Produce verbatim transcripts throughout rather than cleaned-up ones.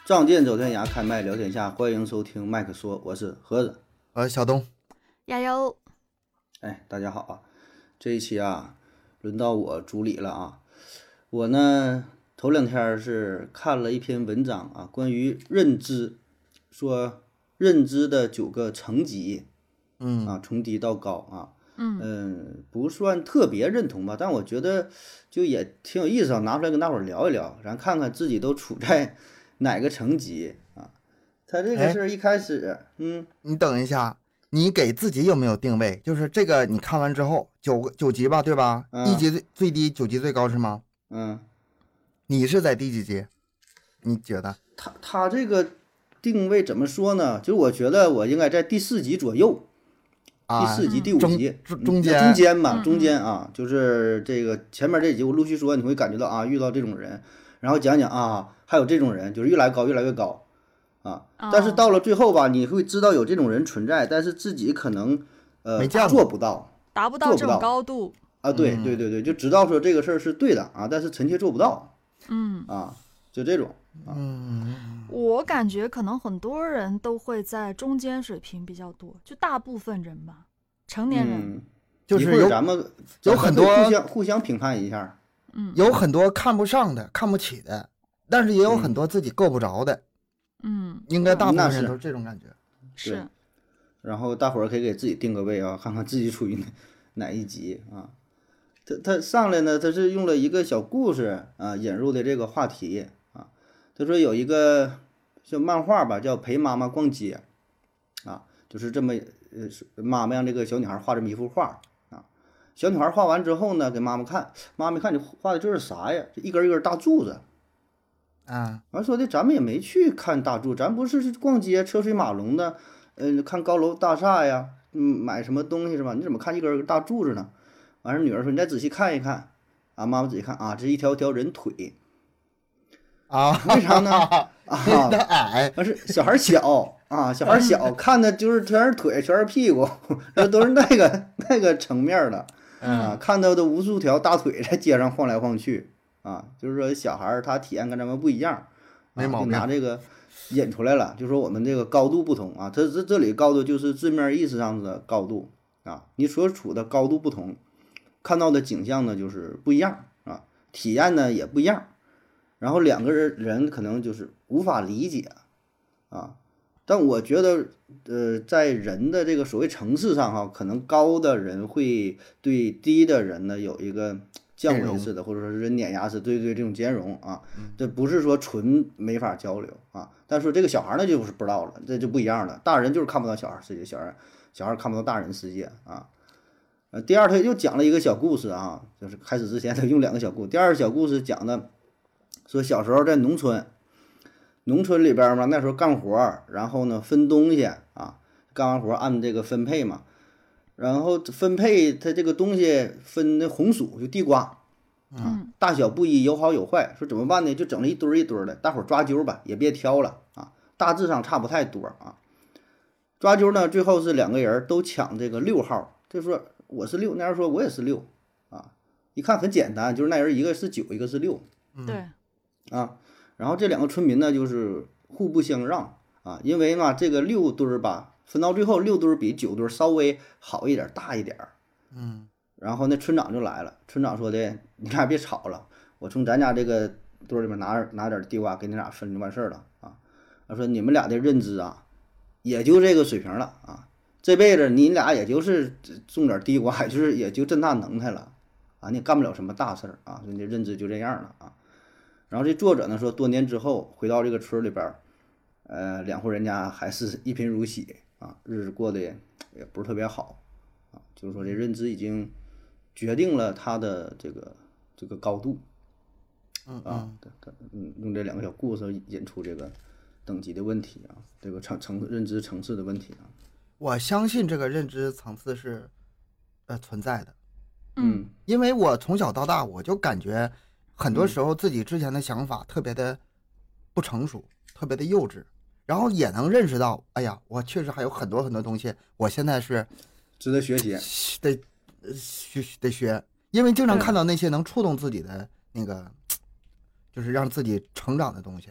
仗剑走天涯，开麦聊天下，欢迎收听麦克说，我是盒子， 我是小东， 加油！ 哎，大家好啊！这一期啊，轮到我主理了啊。我呢，头两天是看了一篇文章啊，关于认知，说认知的九个层级， 嗯啊，从低到高啊。 嗯嗯，不算特别认同吧，但我觉得就也挺有意思啊，拿出来跟大伙儿聊一聊，咱看看自己都处在哪个层级啊。他这个事儿一开始，嗯， 你等一下，你给自己有没有定位？就是这个你看完之后，九个九级吧，对吧？ 嗯一级最最低，九级最高是吗？ 嗯， 你是在第几级？你觉得？ 他他这个定位怎么说呢？就是我觉得我应该在第四级左右。第啊， 四集、第五中集， 中中间中间嘛， 嗯中间啊，就是这个前面这集我陆续说，你会感觉到啊，遇到这种人，然后讲讲啊，还有这种人，就是越来高越来越高啊。但是到了最后吧，你会知道有这种人存在，但是自己可能呃没见过做不到达不到这种高度。 啊。对嗯对对对，就知道说这个事儿是对的啊，但是臣妾做不到嗯， 啊，就这种。 嗯， 我感觉可能很多人都会在中间水平比较多，就大部分人吧，成年人。 嗯，一会儿就是有咱们有很多咱们互相互相评判一下。 嗯有很多看不上的、看不起的，但是也有很多自己够不着的。 嗯， 应该大部那是分人都是这种感觉。 是。 然后大伙儿可以给自己定个位啊，看看自己处于哪哪一级啊。他他上来呢，他是用了一个小故事啊引入的这个话题啊。他说有一个叫漫画吧，叫陪妈妈逛街啊，就是这么呃妈妈让这个小女孩画这么一幅画啊。小女孩画完之后呢，给妈妈看，妈妈一看你画的这是啥呀？这一根一根大柱子。 啊， 完说的咱们也没去看大柱，咱不是去逛街车水马龙的，嗯、看高楼大厦呀，嗯，买什么东西是吧？你怎么看一根儿大柱子呢？完事女儿说你再仔细看一看，啊，妈妈仔细看啊，这是一条条人腿， 啊， 为啥呢？啊， 他矮， 完是小孩小啊，小孩小看的就是全是腿，全是屁股，这都是那个那个层面的啊，看到的无数条大腿在街上晃来晃去啊，就是说小孩儿他体验跟咱们不一样，啊就没毛病拿这个引出来了，就说我们这个高度不同啊，它这这里高度就是字面意思上的高度啊，你所处的高度不同，看到的景象呢就是不一样啊，体验呢也不一样。然后两个人人可能就是无法理解啊，但我觉得，呃，在人的这个所谓层次上哈，可能高的人会对低的人呢有一个降维式的，或者说是碾压式，对对这种兼容啊，这不是说纯没法交流啊。但是这个小孩呢就是不知道了，这就不一样了，大人就是看不到小孩世界，小孩小孩看不到大人世界啊。呃，第二他又讲了一个小故事啊，就是开始之前他用两个小故事，第二个小故事讲的。说小时候在农村，农村里边嘛，那时候干活儿，然后呢分东西啊，干完活按这个分配嘛，然后分配他这个东西分那红薯就地瓜，啊，大小不一，有好有坏，说怎么办呢？就整了一堆儿一堆儿的，大伙儿抓阄吧，也别挑了啊，大致上差不太多啊。抓阄呢，最后是两个人都抢这个六号，就说我是六，那人说我也是六啊，一看很简单，就是那人一个是九，一个是六， 对。 啊，然后这两个村民呢，就是互不相让啊，因为嘛，这个六堆儿吧，分到最后六堆儿比九堆儿稍微好一点儿，大一点儿。 嗯， 然后那村长就来了，村长说的，你俩别吵了，我从咱家这个堆儿里面拿拿点地瓜给你俩分就完事儿了啊。他说你们俩的认知啊，也就这个水平了啊，这辈子你俩也就是种点地瓜，也就是也就这大能耐了啊，你也干不了什么大事儿啊，你的认知就这样了啊。然后这作者呢说，多年之后回到这个村里边儿，呃，两户人家还是一贫如洗啊，日子过得也不是特别好啊，就是说这认知已经决定了他的这个这个高度嗯啊，对对，嗯，用这两个小故事引出这个等级的问题啊，这个层层认知层次的问题啊。 我相信这个认知层次是呃存在的， 嗯因为我从小到大我就感觉。很多时候自己之前的想法特别的不成熟，特别的幼稚，然后也能认识到，哎呀，我确实还有很多很多东西，我现在是值得学习， 得学得学，因为经常看到那些能触动自己的那个，就是让自己成长的东西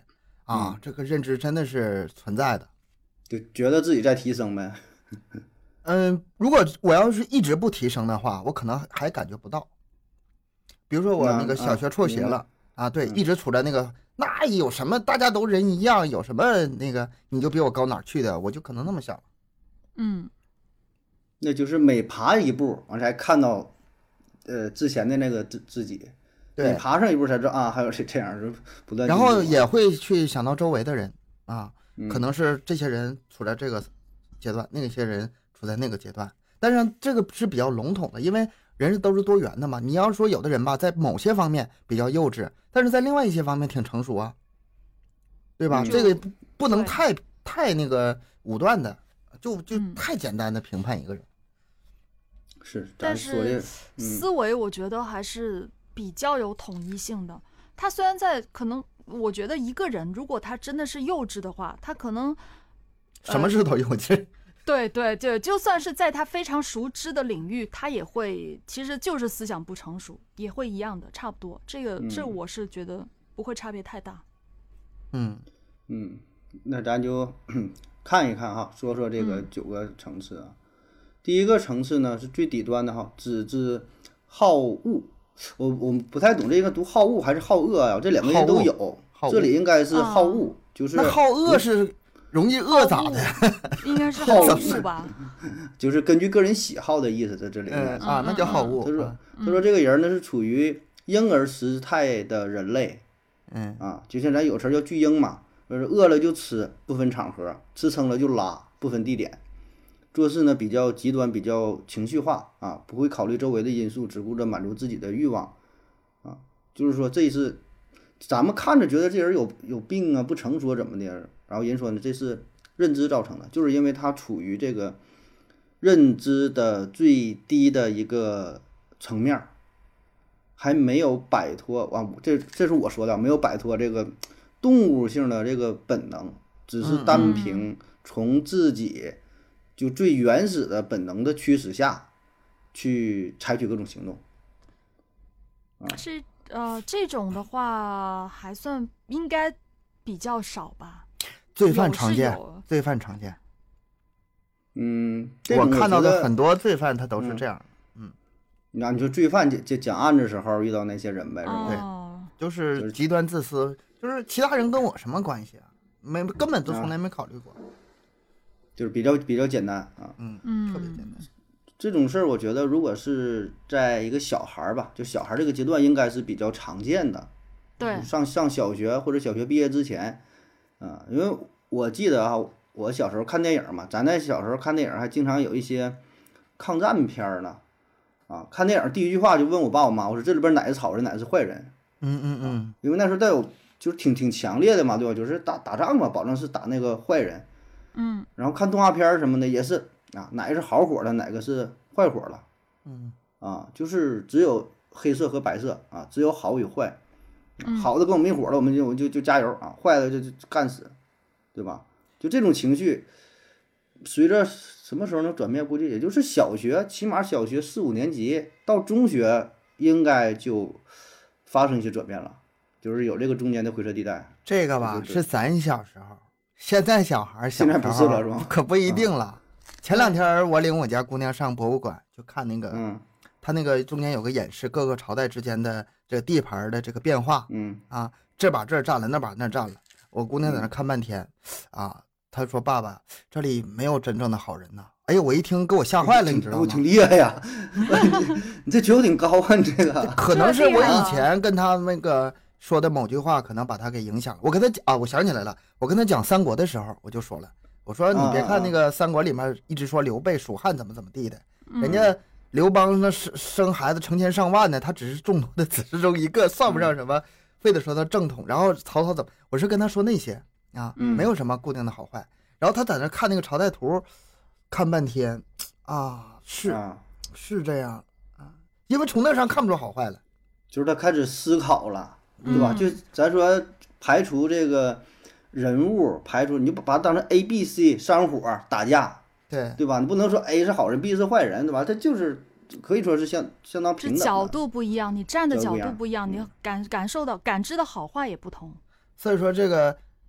啊， 嗯这个认知真的是存在的。 就觉得自己在提升呗。 嗯，如果我要是一直不提升的话，我可能还感觉不到。比如说我那个小学辍学了啊，对，一直处在那个，那有什么大家都人一样，有什么那个你就比我高哪儿去的，我就可能那么想。 嗯， 那就是每爬一步，完才看到，呃，之前的那个自自己。 对， 你爬上一步才知道啊，还有这这样，就不断。 然后也会去想到周围的人啊， 嗯、 可能是这些人处在这个阶段，那些人处在那个阶段。但是这个是比较笼统的，因为人都是多元的嘛。你要说有的人吧，在某些方面比较幼稚，但是在另外一些方面挺成熟啊，对吧？ 嗯、 这个不不能太太那个武断的，就就嗯太简单的评判一个人。 是， 但是嗯、 思维我觉得还是比较有统一性的。他虽然在可能，我觉得一个人如果他真的是幼稚的话，他可能什么事都幼稚。 呃对对对，就算是在他非常熟知的领域，他也会，其实就是思想不成熟，也会一样的，差不多。这个、 嗯、 这我是觉得不会差别太大。 嗯嗯，那咱就看一看哈，说说这个嗯九个层次啊。第一个层次呢是最底端的哈，只知好恶。我我不太懂这个读好恶还是好恶呀、啊？这两个人都有，这里应该是好恶， 啊、 就是那好恶是。容易饿咋的？ 应该是好恶吧？ 就是根据个人喜好的意思，在这里面、 嗯、啊，那叫好恶。 他说，他说这个人呢是处于婴儿时态的人类， 嗯啊，就像咱有词叫巨婴嘛，就是饿了就吃，不分场合；吃撑了就拉，不分地点。做事呢比较极端，比较情绪化啊，不会考虑周围的因素，只顾着满足自己的欲望啊。就是说，这是咱们看着觉得这人有有病啊，不成熟怎么的。然后人说呢，这是认知造成的，就是因为他处于这个认知的最低的一个层面，还没有摆脱啊，这这是我说的，没有摆脱这个动物性的这个本能，只是单凭从自己就最原始的本能的驱使下去采取各种行动。啊， 这呃这种的话还算应该比较少吧。 罪犯常见，罪犯常见。 嗯， 我看到的很多罪犯他都是这样。嗯， 那、嗯、你说罪犯就就讲案的时候遇到那些人呗，是吧？ 哦、 对，就是极端自私，就是其他人跟我什么关系啊？没，根本都从来没考虑过。 啊、就是比较比较简单啊， 嗯，特别简单。 这种事儿，我觉得如果是在一个小孩儿吧，就小孩这个阶段，应该是比较常见的。 对， 上上小学或者小学毕业之前。啊，因为我记得啊，我小时候看电影嘛，咱在小时候看电影还经常有一些抗战片儿呢。啊，看电影第一句话就问我爸我妈，我说这里边哪是好人，哪是坏人？ 嗯嗯嗯、 啊，因为那时候带有就是挺挺强烈的嘛，对吧？就是打打仗嘛，保证是打那个坏人。 嗯。 然后看动画片什么的也是啊，哪个是好伙的，哪个是坏伙了。 嗯。 啊，就是只有黑色和白色啊，只有好与坏。好的跟我们一伙了，我们就我就就加油啊！坏的就就干死，对吧？就这种情绪，随着什么时候能转变？估计也就是小学，起码小学四五年级到中学，应该就发生一些转变了，就是有这个中间的灰色地带。 这个吧，是咱小时候，现在小孩小现在不是了，是吧？ 可不一定了。嗯、前两天我领我家姑娘上博物馆，就看那个， 嗯， 他那个中间有个演示各个朝代之间的。这个地盘的这个变化， 嗯啊，这把这儿占了，那把那儿占了。我姑娘在那看半天，啊，她说爸爸，这里没有真正的好人呐。哎呦，我一听给我吓坏了，你知道吗？ 我挺厉害呀，你这觉悟挺高啊，你这个。 可能是我以前跟他那个说的某句话，可能把他给影响了。我跟他讲啊，我想起来了，我跟他讲三国的时候，我就说了，我说你别看那个三国里面一直说刘备蜀汉怎么怎么地的，人家。刘邦那生生孩子成千上万的，他只是众多的子嗣中一个，算不上什么，非得说他正统。然后曹操怎么？我是跟他说那些啊，没有什么固定的好坏。然后他在那看那个朝代图，看半天，啊，是是这样啊，因为从那上看不出好坏了， 就是他开始思考了，对吧？就咱说排除这个人物，排除你就把它当成 A、B、C 三伙打架。 对对吧？你不能说 A 是好人 ，B 是坏人，对吧？他就是可以说是相相当平等的。 角度不一样，你站的角度不一样，你感感受到、感知的好坏也不同。 所以说，这个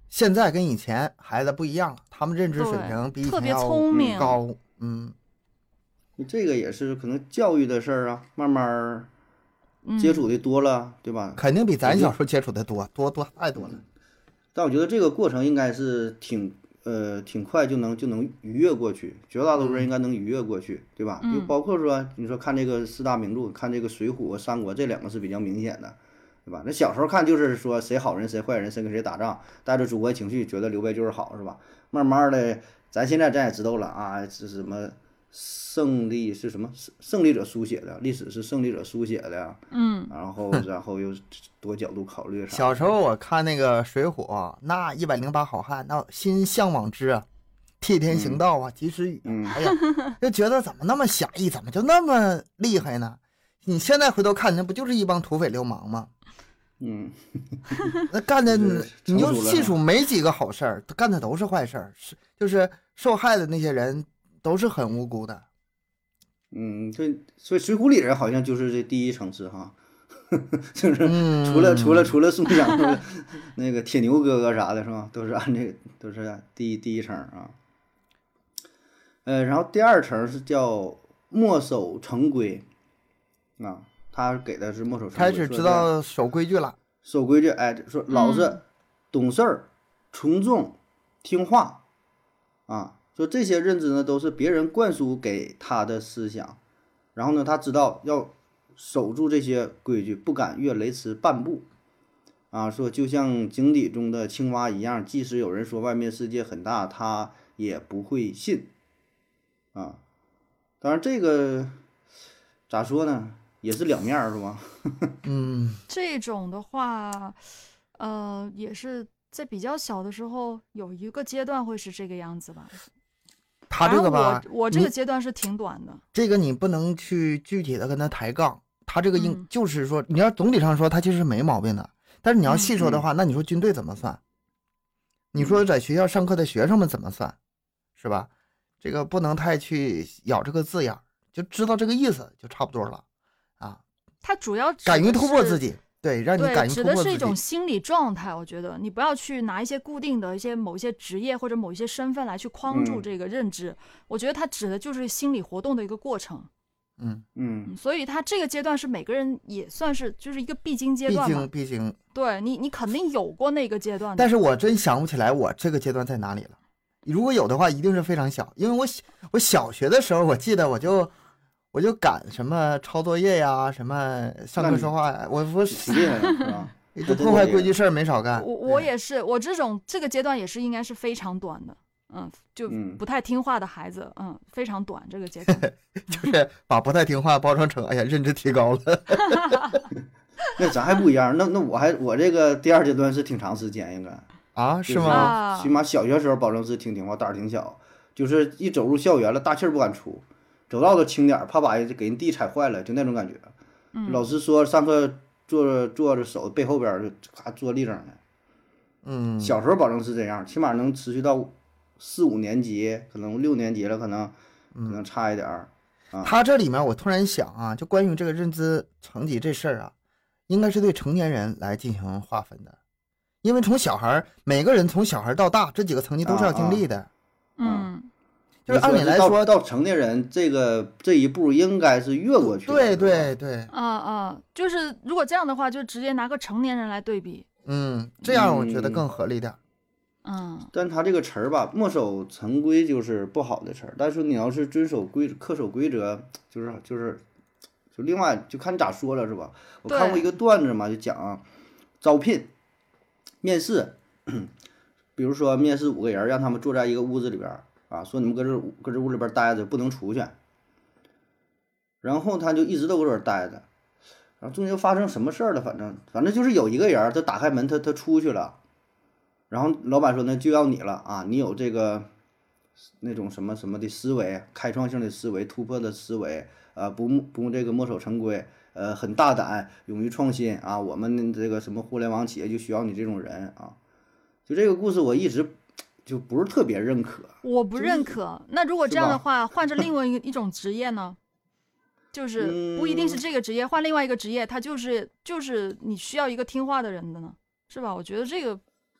现在跟以前孩子不一样了，他们认知水平比以特别前要聪明高。嗯， 这个也是可能教育的事儿啊，慢慢儿接触的多了，对吧？ 肯定比咱小时候接触的多多多太多了。 但我觉得这个过程应该是挺呃挺快就能就能逾越过去，绝大多数人应该能逾越过去，对吧？ 嗯就包括说你说看这个四大名著，看这个《水浒》和《三国》这两个是比较明显的，对吧？那小时候看就是说谁好人谁坏人，谁跟谁打仗，带着主观情绪觉得刘备就是好，是吧？慢慢的，咱现在咱也知道了啊，是什么胜利是什么胜胜利者书写的，历史是胜利者书写的， 嗯， 然后然后又多角度考虑啥的。 小时候我看那个《水浒》，那一百零八好汉，那心向往之啊，替天行道啊，及时雨， 嗯哎呀，就觉得怎么那么侠义，怎么就那么厉害呢？你现在回头看，那不就是一帮土匪流氓吗？ 嗯， 那干的是你就成熟了细数没几个好事儿，干的都是坏事儿，是就是受害的那些人都是很无辜的。 嗯，对，所以《水浒》里人好像就是这第一层次哈，就是嗯除了除了除了宋江那个那个铁牛哥哥啥的是吧，都是按这个都是按第一第一层啊。呃，然后第二层是叫墨守成规啊，他给的是墨守成规， 开始说知道守规矩了。 守规矩，哎，说老实、 嗯懂事儿、从众、听话啊。说这些认知呢，都是别人灌输给他的思想，然后呢，他知道要守住这些规矩，不敢越雷池半步啊。说就像井底中的青蛙一样，即使有人说外面世界很大，他也不会信啊。当然，这个咋说呢，也是两面儿，是吧？ 嗯， 这种的话，呃，也是在比较小的时候有一个阶段会是这个样子吧。 他这个吧反，正我我这你个阶段是挺短的。 这个你不能去具体的跟他抬杠，他这个应、 嗯就是说，你要总体上说他其实没毛病的，但是你要细说嗯的话，那你说军队怎么算？你说在学校上课的学生们怎么算，是吧？这个不能太去咬这个字眼儿，就知道这个意思就差不多了啊。 它主要指敢于的是突破自己，对，让你对， 敢于指的是一突破自己。 种心理状态。我觉得你不要去拿一些固定的一些某一些职业或者某一些身份来去框住嗯这个认知。我觉得它指的就是心理活动的一个过程。 嗯， 嗯嗯所以它这个阶段是每个人也算是就是一个必经阶毕段嘛竟。毕竟， 对你，你肯定有过那个阶段的。 但是我真想不起来我这个阶段在哪里了。如果有的话，一定是非常小，因为我小我小学的时候，我记得我就我就赶什么抄作业呀，什么上课说话呀，我我挺厉害的，是吧？ 就破坏规矩事儿没少干。 我我也是，我这种这个阶段也是应该是非常短的，嗯，就嗯不太听话的孩子，嗯，非常短这个阶段。 就是把不太听话包装成哎呀认知提高了。 那咱还不一样，那那我还我这个第二阶段是挺长时间，应该啊，是就吗？ 啊起码小学时候保证是挺听话，胆儿挺小，就是一走入校园了，大气儿不敢出，走道都轻点儿，怕把人给人地踩坏了，就那种感觉。 嗯老师说上课坐着坐着手背后边儿就咔坐立正的。 嗯， 小时候保证是这样，起码能持续到四五年级，可能六年级了，可能可能差一点儿。 他这里面我突然想啊，就关于这个认知层级这事儿啊，应该是对成年人来进行划分的，因为从小孩儿每个人从小孩到大这几个层级都是要经历的。 嗯， 就是按理来说到到成年人这个这一步应该是越过去的。 对是吧对对， 啊啊，就是如果这样的话，就直接拿个成年人来对比。 嗯，这样我觉得更合理点。 嗯但他这个词儿吧，墨守成规就是不好的词儿，但是你要是遵守规恪守规则，就是就是就另外就看你咋说了是吧？我看过对一个段子嘛，就讲招聘面试，比如说面试五个人，让他们坐在一个屋子里边儿啊，说你们搁这搁这屋里边儿待着，不能出去。然后他就一直都搁这儿待着，然后中间发生什么事儿了？反正反正就是有一个人儿他打开门，他他出去了。然后老板说那就要你了啊，你有这个那种什么什么的思维，开创性的思维，突破的思维，呃，不不这个墨守成规，呃，很大胆，勇于创新啊。我们这个什么互联网企业就需要你这种人啊。就这个故事我一直就不是特别认可。 我不认可。那如果这样的是话，换成另外一一种职业呢？就是不一定是这个职业，换另外一个职业，他就是就是你需要一个听话的人的呢，是吧？我觉得这个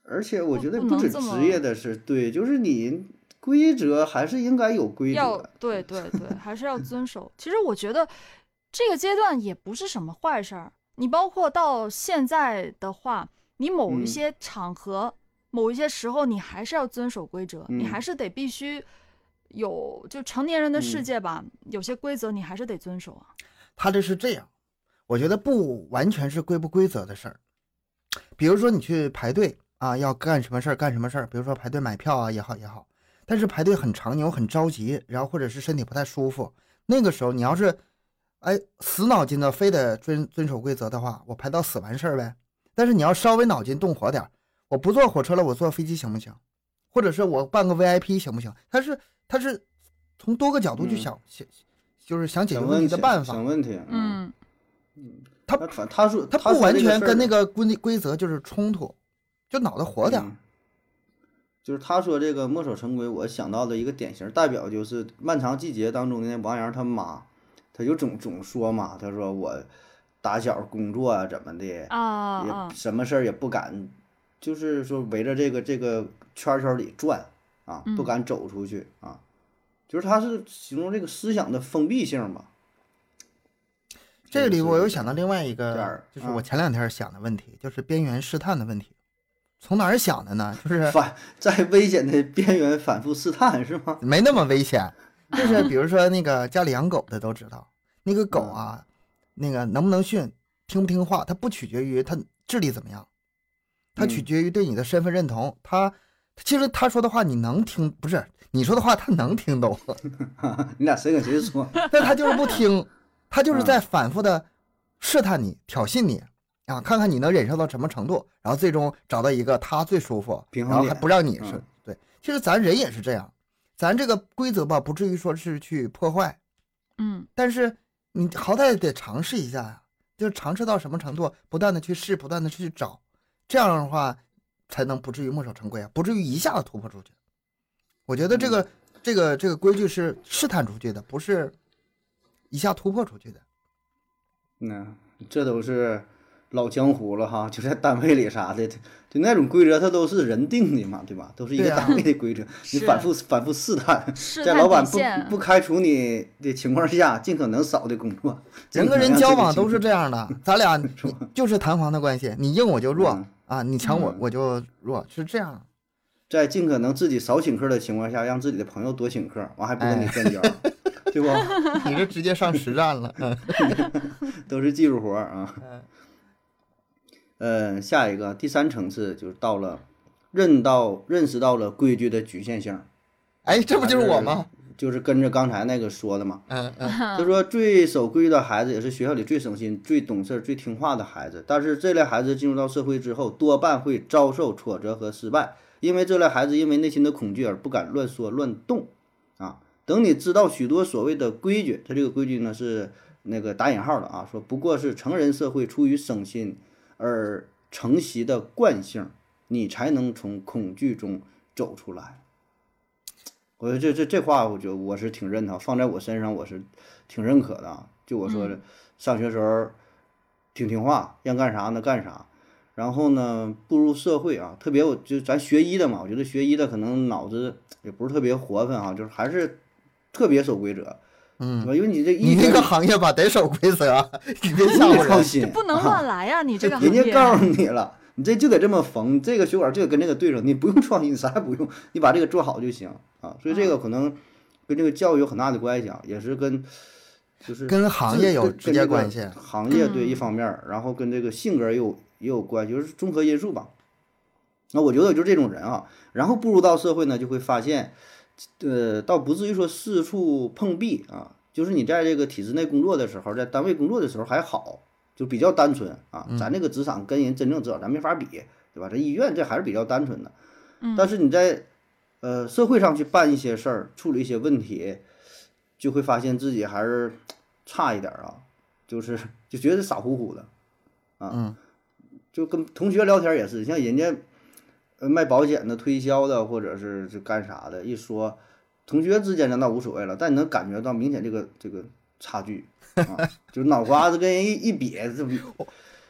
而且我觉得不不止能这么职业的事，对，就是你规则还是应该有规要则。 对对对，还是要遵守。其实我觉得这个阶段也不是什么坏事儿。你包括到现在的话，你某一嗯些场合、某一些时候，你还是要遵守规则，你嗯还是得必须有，就成年人的世嗯界吧，有些规则你还是得遵守啊。 他这是这样，我觉得不完全是规不规则的事儿。比如说你去排队啊，要干什么事儿干什么事儿，比如说排队买票啊也好也好，但是排队很长，你又很着急，然后或者是身体不太舒服，那个时候你要是哎死脑筋的非得遵遵守规则的话，我排到死完事儿呗。但是你要稍微脑筋动活点儿，我不坐火车了，我坐飞机行不行？或者是我办个 V I P 行不行？他是他是从多个角度去嗯想，想就是想解决问想问题题的办法。 想问题， 嗯， 他他他说他不完他说这个全跟那事儿呢个规规则就是冲突，就脑袋活点儿。 嗯就是他说这个墨守成规，我想到的一个典型代表就是《漫长季节》当中的那王阳他妈，他就总总说嘛，他说我打小工作啊怎么的， 啊啊也，什么事儿也不敢，就是说围着这个这个圈儿圈儿里转啊，不嗯敢走出去啊，就是他是形容这个思想的封闭性嘛。 这里我又是想到另外一这个样， 就是我啊前两天想的问题，就是边缘试探的问题。从哪儿想的呢？就是反在危险的边缘反复试探是吗？ 没那么危险，就是比如说那个家里养狗的都知道，那个狗啊，那个能不能训，听不听话，它不取决于它智力怎么样，它取嗯决于对你的身份认同。它其实他说的话你能听，不是你说的话他能听懂， 你俩谁跟谁说？ 但他就是不听，他就是嗯在反复的试探你、挑衅你啊，看看你能忍受到什么程度，然后最终找到一个他最舒服， 平衡点然后还不让你是嗯对。其实咱人也是这样，咱这个规则吧，不至于说是去破坏， 嗯但是你好歹得尝试一下呀，就是尝试到什么程度，不断的去试，不断的去找，这样的话才能不至于墨守成规啊，不至于一下子突破出去。我觉得这个、这个这个规矩是试探出去的，不是一下突破出去的。 嗯，这都是老江湖了哈，就在单位里啥的，就那种规则，它都是人定的嘛，对吧？都是一个对啊单位的规则，你是反复反复试探， 试探在老板不底线不开除你的情况下，尽可能少的工作。 人跟人交往都是这样。 样的，咱俩就是弹簧的关系，你硬我就弱、 嗯啊，你强我嗯我就弱，是这样。 在尽可能自己少请客的情况下，让自己的朋友多请客，完还不跟你哎干交，对不？ 你这直接上实战了。嗯都是技术活儿啊。 嗯呃，下一个第三层次就是到了认到认识到了规矩的局限性， 哎，这不就是我吗？ 就是跟着刚才那个说的嘛。 嗯嗯， 他说最守规矩的孩子也是学校里最省心、最懂事儿、最听话的孩子，但是这类孩子进入到社会之后，多半会遭受挫折和失败，因为这类孩子因为内心的恐惧而不敢乱说乱动啊。等你知道许多所谓的规矩，他这个规矩呢是那个打引号的啊，说不过是成人社会出于省心而承袭的惯性，你才能从恐惧中走出来。我觉得这这这话，我觉得我是挺认同，放在我身上我是挺认可的啊。就我说的，上学时候挺听话，让干啥呢干啥，然后呢步入社会啊，特别我就咱学医的嘛，我觉得学医的可能脑子也不是特别活泛啊，就是还是特别守规则， 嗯是吧？因为你这你医学那个行业吧得守规则啊，你别吓你唬人。 得放心， 不能啊乱来呀、你这个行业。 人家告诉你了，你这就得这么缝，这个血管就得跟这个对上，你不用创新，啥也不用，你把这个做好就行啊。所以这个可能跟这个教育有很大的关系啊，也是跟就是跟行业有跟直接关系跟这个行业对嗯一方面儿，然后跟这个性格也有也有关系，就是综合因素吧。那我觉得就是这种人啊，然后步入到社会呢，就会发现，呃，倒不至于说四处碰壁啊，就是你在这个体制内工作的时候，在单位工作的时候还好，就比较单纯啊。咱这个职场跟人真正职场咱没法比，对吧？这医院这还是比较单纯的，但是你在呃社会上去办一些事儿，处理一些问题，就会发现自己还是差一点儿啊，就是就觉得傻乎乎的啊。 嗯就跟同学聊天也是，像人家呃卖保险的、推销的，或者是是干啥的，一说同学之间咱倒无所谓了，但你能感觉到明显这个这个差距啊，就脑瓜子跟人一一比，这不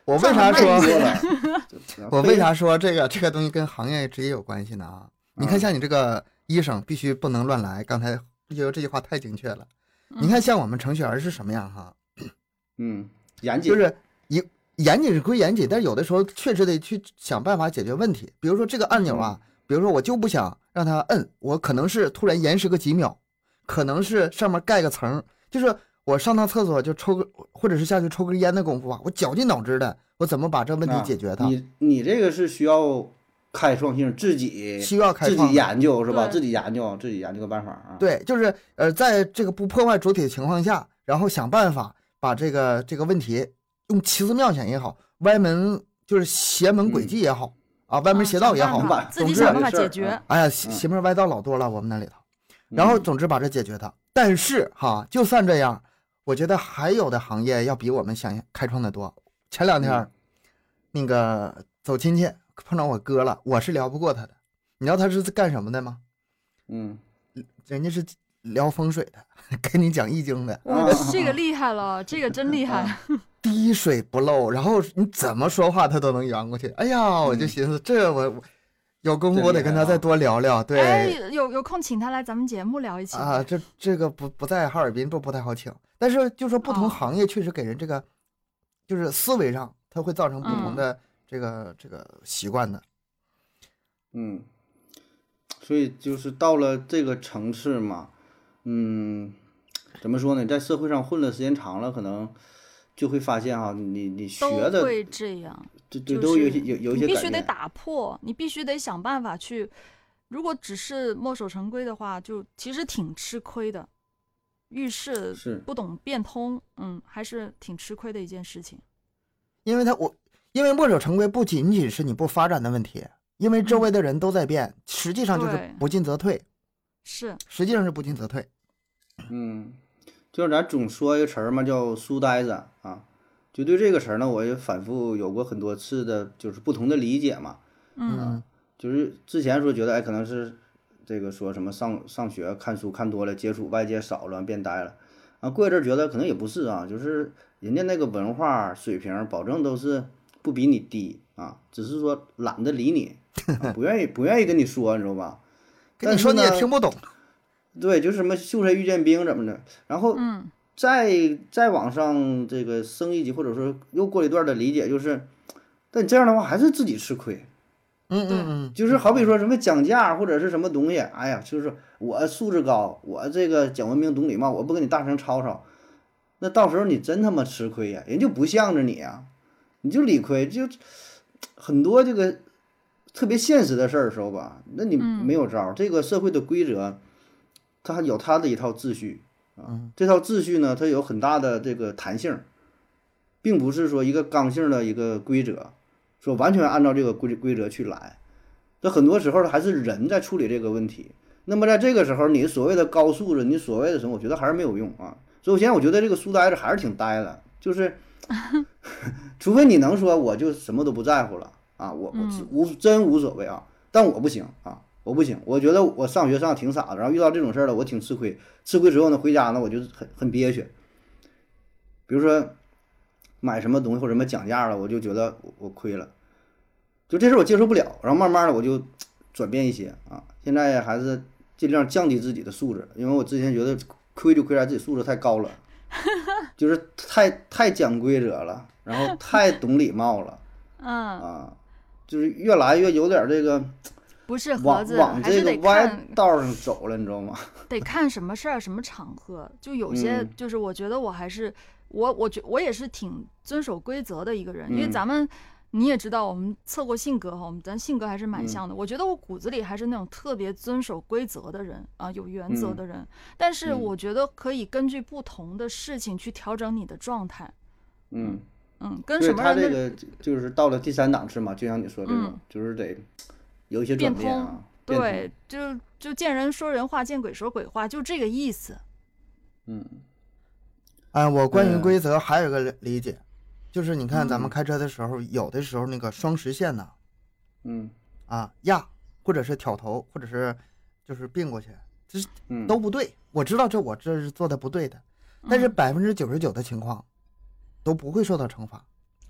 我为啥说太多了？ 我为啥说这个这个东西跟行业直接有关系呢？啊，你看像你这个医生必须不能乱来，刚才就这句话太精确了。你看像我们程序员是什么样哈？ 嗯，严谨就是一严谨是归严谨，但是有的时候确实得去想办法解决问题。比如说这个按钮啊，比如说我就不想让它摁，我可能是突然延时个几秒，可能是上面盖个层，就是我上趟厕所就抽个，或者是下去抽根烟的功夫啊，我绞尽脑汁的，我怎么把这问题解决它？ 啊、你你这个是需要开创性，自己需要开创自己研究是吧？ 对自己研究，自己研究个办法啊。 对，就是呃，在这个不破坏主体的情况下，然后想办法把这个这个问题用奇思妙想也好，歪门就是邪门诡计也好、嗯、啊，歪门邪道也好， 想办法自己总之想办法解决。 哎呀，邪邪门歪道老多了，我们那里头。然后总之把这解决它。但是哈，就算这样，我觉得还有的行业要比我们想开创的多。前两天、嗯、那个走亲戚碰到我哥了，我是聊不过他的。你知道他是干什么的吗？ 嗯， 人家是聊风水的，跟你讲易经的。 哇，这个厉害了，这个真厉害。 滴水不漏，然后你怎么说话他都能圆过去。哎呀，我就寻思、嗯、这我有功夫我得跟他再多聊聊。对， 哎，有有空请他来咱们节目聊一期啊。这这个不不在哈尔滨不不太好请，但是就说不同行业确实给人这个、哦、就是思维上它会造成不同的这个、嗯、这个习惯的。 嗯，所以就是到了这个层次嘛，嗯，怎么说呢？在社会上混的时间长了，可能就会发现哈，你你学的都会这样， 对对，都有有有一些改变。 你必须得打破，你必须得想办法去。如果只是墨守成规的话，就其实挺吃亏的。遇事不懂变通，嗯，还是挺吃亏的一件事情。 因为他我因为墨守成规不仅仅是你不发展的问题。因为周围的人都在变、嗯、实际上就是不进则退， 是实际上是不进则退。 嗯，就是咱总说一个词儿嘛，叫书呆子啊，就对这个词儿呢，我也反复有过很多次的，就是不同的理解嘛。 嗯、 啊，就是之前说觉得哎，可能是这个说什么上上学看书看多了，接触外界少了，变呆了啊。过一阵觉得可能也不是啊，就是人家那个文化水平保证都是不比你低啊，只是说懒得理你。啊、不愿意不愿意跟你说，你知道吧？ 跟你说你也听不懂。 对，就是什么秀才遇见兵怎么的，然后再、 嗯、 再往上这个升一级，或者说又过一段的理解，就是，但你这样的话还是自己吃亏。 嗯嗯嗯， 就是好比说什么讲价或者是什么东西，哎呀，就是我素质高，我这个讲文明懂礼貌，我不跟你大声吵吵，那到时候你真他妈吃亏呀，人就不向着你啊，你就理亏，就很多这个。特别现实的事儿的时候吧，那你没有招儿、嗯。这个社会的规则，它有它的一套秩序啊。 嗯、 这套秩序呢，它有很大的这个弹性，并不是说一个刚性的一个规则，说完全按照这个规规则去来。这很多时候还是人在处理这个问题。那么在这个时候，你所谓的高素质，你所谓的什么，我觉得还是没有用啊。所以我现在我觉得这个书呆子还是挺呆的，就是除非你能说我就什么都不在乎了。啊，我我无真无所谓啊，但我不行啊，我不行。我觉得我上学上挺傻的，然后遇到这种事儿了，我挺吃亏。吃亏之后呢，回家呢，我就很很憋屈。比如说买什么东西或者什么讲价了，我就觉得我我亏了，就这事我接受不了。然后慢慢的我就转变一些啊，现在还是尽量降低自己的素质，因为我之前觉得亏就亏在自己素质太高了，就是太太讲规则了，然后太懂礼貌了， 嗯啊。就是越来越有点这个， 不是盒子， 往这个歪道上走了，你知道吗？ 得看什么事儿、什么场合。就有些，就是我觉得我还是、嗯、我，我觉我也是挺遵守规则的一个人， 嗯、 因为咱们你也知道，我们测过性格哈，我们咱性格还是蛮像的。 嗯、 我觉得我骨子里还是那种特别遵守规则的人啊，有原则的人。嗯、但是我觉得可以根据不同的事情去调整你的状态。 嗯。 嗯，跟什么人？他这个就是到了第三档次嘛，就像你说这个， 嗯、 就是得有一些转变啊。 变对，就就见人说人话，见鬼说鬼话，就这个意思。 嗯， 哎，我关于规则还有个理解，嗯、就是你看咱们开车的时候，嗯、有的时候那个双实线呢， 嗯， 啊压或者是挑头，或者是就是并过去，这是都不对。嗯、我知道这我这是做的不对的，但是百分之九十九的情况。都不会受到惩罚，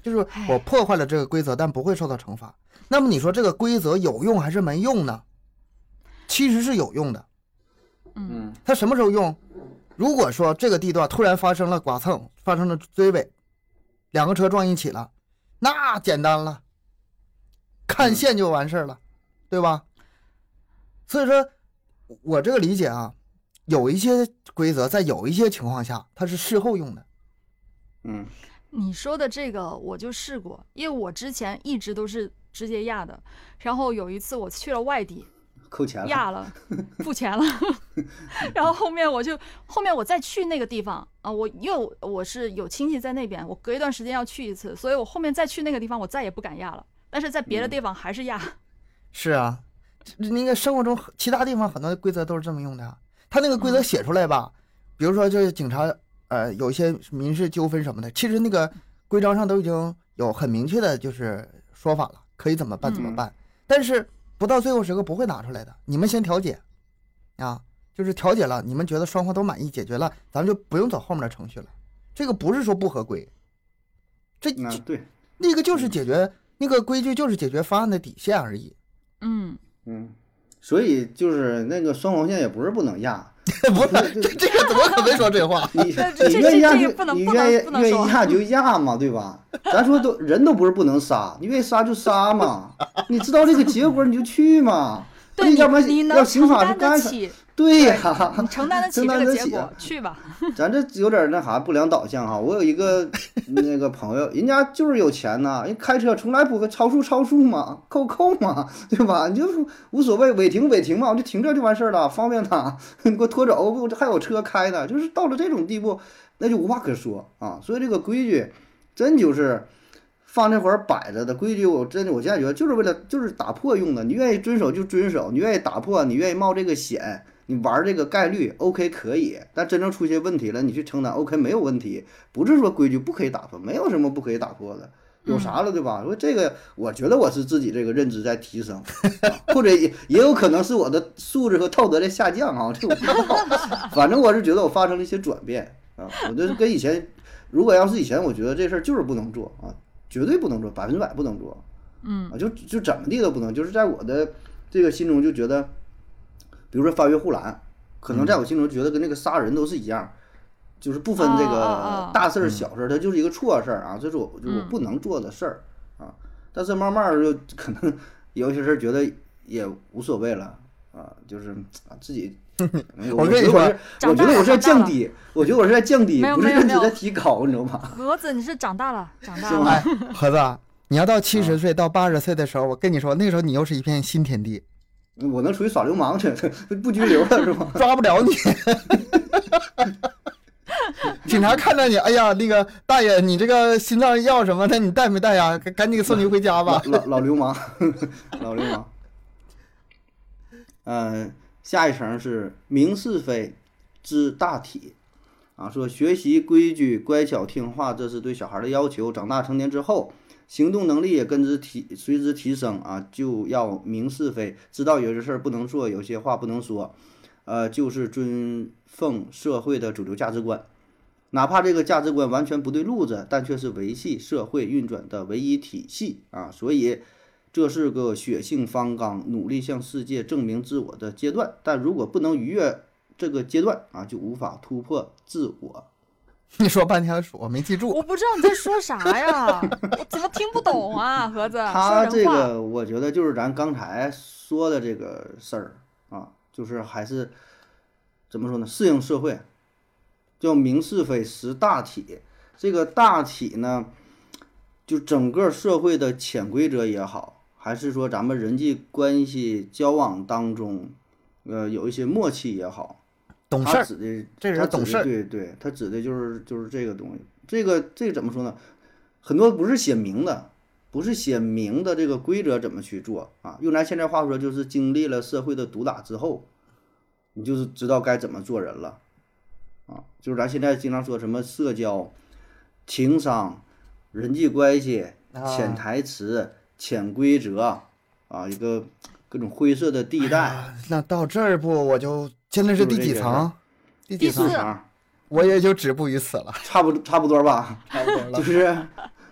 就是我破坏了这个规则，但不会受到惩罚。那么你说这个规则有用还是没用呢？其实是有用的。 嗯， 它什么时候用？如果说这个地段突然发生了剐蹭，发生了追尾，两个车撞一起了，那简单了，看线就完事儿了，嗯、对吧？所以说，我这个理解啊，有一些规则在有一些情况下它是事后用的。 嗯， 你说的这个我就试过，因为我之前一直都是直接压的，然后有一次我去了外地。 扣钱了， 压了，付钱了，然后后面我就后面我再去那个地方啊，我因为我是有亲戚在那边，我隔一段时间要去一次，所以我后面再去那个地方，我再也不敢压了。但是在别的地方还是压。嗯、 是啊，那个生活中其他地方很多规则都是这么用的。他那个规则写出来吧，嗯、比如说就是警察呃有一些民事纠纷什么的，其实那个规章上都已经有很明确的就是说法了，可以怎么办怎么办，嗯、但是。不到最后时刻不会拿出来的，你们先调解，啊，就是调解了，你们觉得双方都满意，解决了，咱们就不用走后面的程序了。这个不是说不合规，这那对， 那个就是解决、嗯、那个规矩就是解决方案的底线而已。 嗯嗯，所以就是那个双黄线也不是不能压， 不是这这个怎么可能说这话？ 你你愿意压就你愿意愿意压就压嘛，对吧？咱说都人都不是不能杀，你愿意杀就杀嘛，你知道这个结果你就去嘛。 对， 要不然你要刑法是干啥？对呀、 啊，你承担得起这个结果，去吧。 咱这有点那啥不良导向哈。我有一个那个朋友，人家就是有钱呐，人开车从来不会超速超速嘛，扣扣嘛，对吧？你就无所谓，违停违停嘛，我就停这就完事儿了，方便他，你给我拖走，我还有车开呢。就是到了这种地步，那就无话可说啊。所以这个规矩真就是放这会儿摆着的规矩，我真的我现在觉得就是为了就是打破用的。你愿意遵守就遵守，你愿意打破，你愿意冒这个险。你玩这个概率 OK 可以，但真正出现问题了，你去承担 OK 没有问题，不是说规矩不可以打破，没有什么不可以打破的，有啥了对吧？说这个，我觉得我是自己这个认知在提升，啊、或者也也有可能是我的素质和道德的下降啊，这我不知道，反正我是觉得我发生了一些转变啊，我就是跟以前，如果要是以前，我觉得这事儿就是不能做啊，绝对不能做，百分之百不能做， 嗯啊，就就怎么地都不能，就是在我的这个心中就觉得。比如说翻越护栏，可能在我心中觉得跟那个杀人都是一样，嗯、就是不分这个大事儿小事儿，它就是一个错事儿啊，这是我就我不能做的事儿啊。但是慢慢就可能有些事儿觉得也无所谓了啊，就是啊自己。 我跟你说， 我觉得我是在降低，我觉得我是在降低，不是认知在提高，你知道吗？ 盒子，你是长大了，长大了。 哎，盒子，你要到七十岁到八十岁的时候，我跟你说，那个时候你又是一片新天地。 我能出去耍流氓去，不拘留了是吗？ 抓不了你。警察看到你，哎呀，那个大爷，你这个心脏药什么的，你带没带呀？赶紧送你回家吧。 老 老, 老流氓，老流氓。嗯、呃，下一层是明是非知大体啊，说学习规矩、乖巧听话，这是对小孩的要求。长大成年之后。行动能力也跟之提随之提升啊，就要明是非，知道有些事儿不能做，有些话不能说，呃，就是尊奉社会的主流价值观，哪怕这个价值观完全不对路子，但却是维系社会运转的唯一体系啊，所以这是个血性方刚、努力向世界证明自我的阶段，但如果不能逾越这个阶段啊，就无法突破自我。 你说半天我没记住， 我不知道你在说啥呀，我怎么听不懂啊？盒子， 他这个我觉得就是咱刚才说的这个事儿啊，就是还是怎么说呢？适应社会，叫明是非识大体。这个大体呢，就整个社会的潜规则也好，还是说咱们人际关系交往当中，呃，有一些默契也好。 懂事儿， 指的这人懂事儿， 对对，他指的就是就是这个东西。这个这个怎么说呢？很多不是写明的，不是写明的这个规则怎么去做啊？用咱现在话说，就是经历了社会的毒打之后，你就是知道该怎么做人了啊。就是咱现在经常说什么社交、情商、人际关系、潜台词、潜规则啊，一个各种灰色的地带。 啊、那到这儿不我就。现在是第几层？第几层？ 层？ 我也就止步于此了。 差不差不多吧， 差不多了。 就是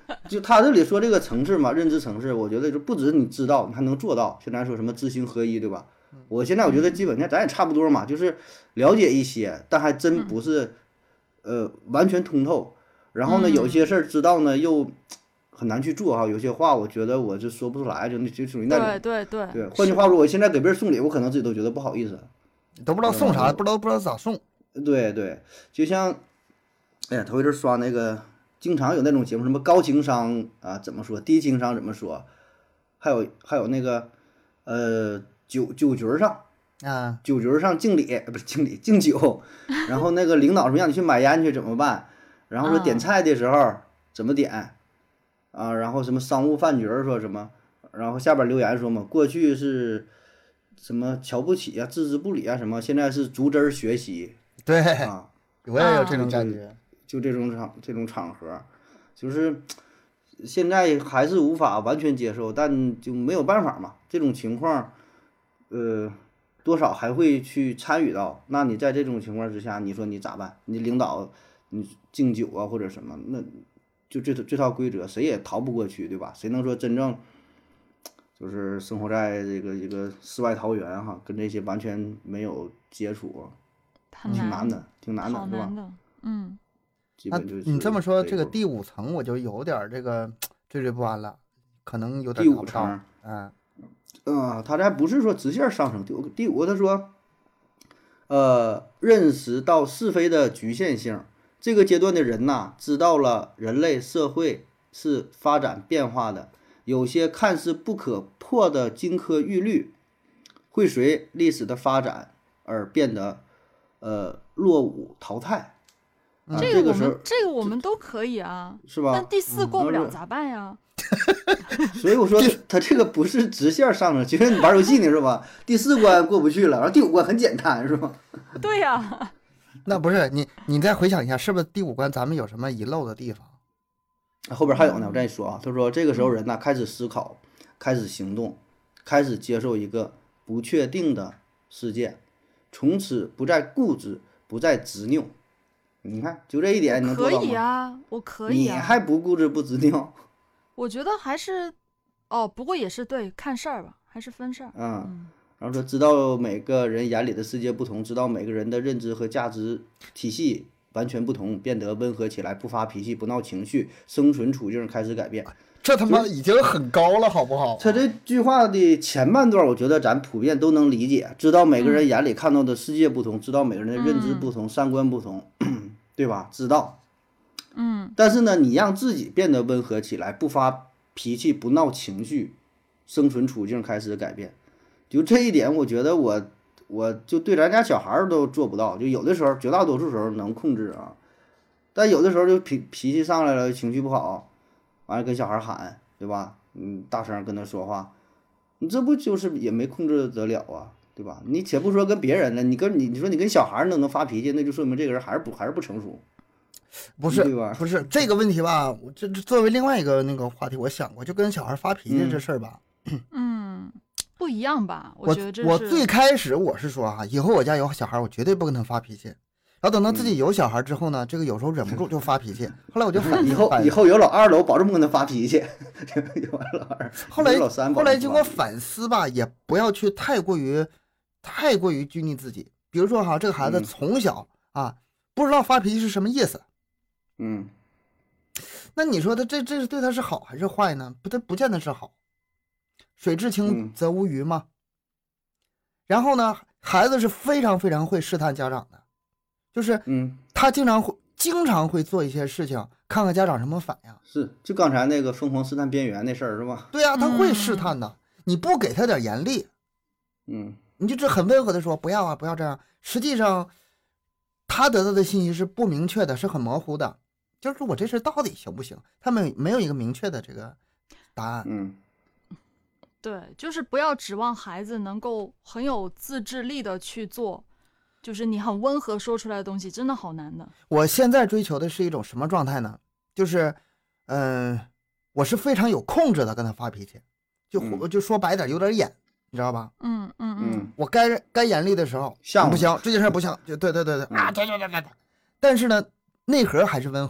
就他这里说这个层次嘛，认知层次，我觉得就不止你知道，你还能做到。现在说什么知行合一，对吧？我现在我觉得基本上咱也差不多嘛，就是了解一些，但还真不是呃完全通透。然后呢，有些事儿知道呢又很难去做哈，有些话我觉得我就说不出来，就那就属于那种。 对对对。 对，换句话说，我现在给别人送礼，我可能自己都觉得不好意思， 都不知道送啥，不知道不知道咋送。 对对，就像哎呀，头一阵刷那个。经常有那种节目，什么高情商啊怎么说，低情商怎么说，还有还有那个呃酒酒局上啊， 酒局上敬礼不是敬礼敬酒，然后那个领导说让你去买烟去怎么办，然后说点菜的时候怎么点啊，然后什么商务饭局说什么，然后下边留言说嘛，过去是什么瞧不起啊置之不理啊什么，现在是逐帧学习。 对啊， 我也有这种感觉。 就这种场这种场合，就是现在还是无法完全接受，但就没有办法嘛。这种情况，呃，多少还会去参与到。那你在这种情况之下，你说你咋办？你领导你敬酒啊或者什么，那就这这套规则谁也逃不过去，对吧？谁能说真正就是生活在这个一个世外桃源哈，跟这些完全没有接触，挺难的，挺难的，是吧？ 嗯。 那你这么说，这个第五层我就有点这个惴惴不安了，可能有点第五层， 嗯， 啊，他这还不是说直线上升，第五第五个他说，呃，认识到是非的局限性，这个阶段的人呐，知道了人类社会是发展变化的，有些看似不可破的金科玉律，会随历史的发展而变得呃落伍淘汰。啊、 这个我们这个我们都可以啊， 是吧？ 但第四过不了咋办呀？ 所以我说他这个不是直线上升，就像你玩游戏呢是吧？第四关过不去了，然后第五关很简单是吧？ 对呀、啊， 那不是你你再回想一下，是不是第五关咱们有什么遗漏的地方？ 后边还有呢，我再说啊。他说这个时候人呢开始思考，开始行动，开始接受一个不确定的世界，从此不再固执，不再执拗。你看，就这一点你能做到吗？ 可以啊，我可以、啊。 你还不固执不执拗？ 我觉得还是，哦，不过也是对，看事儿吧，还是分事儿。 嗯，嗯然后说知道每个人眼里的世界不同，知道每个人的认知和价值体系完全不同，变得温和起来，不发脾气，不闹情绪，生存处境开始改变。 这他妈已经很高了，好不好？ 他这句话的前半段，我觉得咱普遍都能理解，知道每个人眼里看到的世界不同，嗯、知道每个人的认知不同，嗯、三观不同。对吧？知道， 嗯， 但是呢，你让自己变得温和起来，不发脾气，不闹情绪，生存处境开始改变，就这一点，我觉得我我就对咱家小孩都做不到，就有的时候，绝大多数时候能控制啊，但有的时候就脾脾气上来了，情绪不好，完了跟小孩喊，对吧？嗯，大声跟他说话，你这不就是也没控制得了啊？对吧？你且不说跟别人了，你跟你你说你跟小孩儿都能发脾气，那就说明这个人还是不还是不成熟， 不是对吧？ 不是这个问题吧？这这作为另外一个那个话题，我想过，就跟小孩发脾气这事儿吧， 嗯，不一样吧？ 我觉得这是我最开始我是说啊，以后我家有小孩，我绝对不跟他发脾气。然后等到自己有小孩之后呢，嗯、这个有时候忍不住就发脾气。后来我就反以后以后有老二了，我保证不跟他发脾气。有老二， 后来老三， 后来经过反思吧，也不要去太过于。太过于拘泥自己，比如说哈，这个孩子从小、嗯、啊不知道发脾气是什么意思， 嗯， 那你说他这这是对他是好还是坏呢？不，他不见得是好。水至清则无鱼嘛。嗯、然后呢，孩子是非常非常会试探家长的，就是嗯， 他经常会经常会做一些事情，看看家长什么反应。 是，就刚才那个疯狂试探边缘那事儿是吧？ 对啊，他会试探的，嗯、你不给他点严厉， 嗯。 你就这很温和的说不要啊，不要这样。实际上，他得到的信息是不明确的，是很模糊的。就是我这事到底行不行？他们没有一个明确的这个答案。 嗯， 对，就是不要指望孩子能够很有自制力的去做，就是你很温和说出来的东西，真的好难的。 我现在追求的是一种什么状态呢？就是，嗯、呃，我是非常有控制的跟他发脾气，就、嗯、就说白点，有点演。你知道吧？ 嗯嗯嗯， 我该该严厉的时候，不行，这件事不行，就对对对对啊，对对对对对。但是呢，内核还是温和的，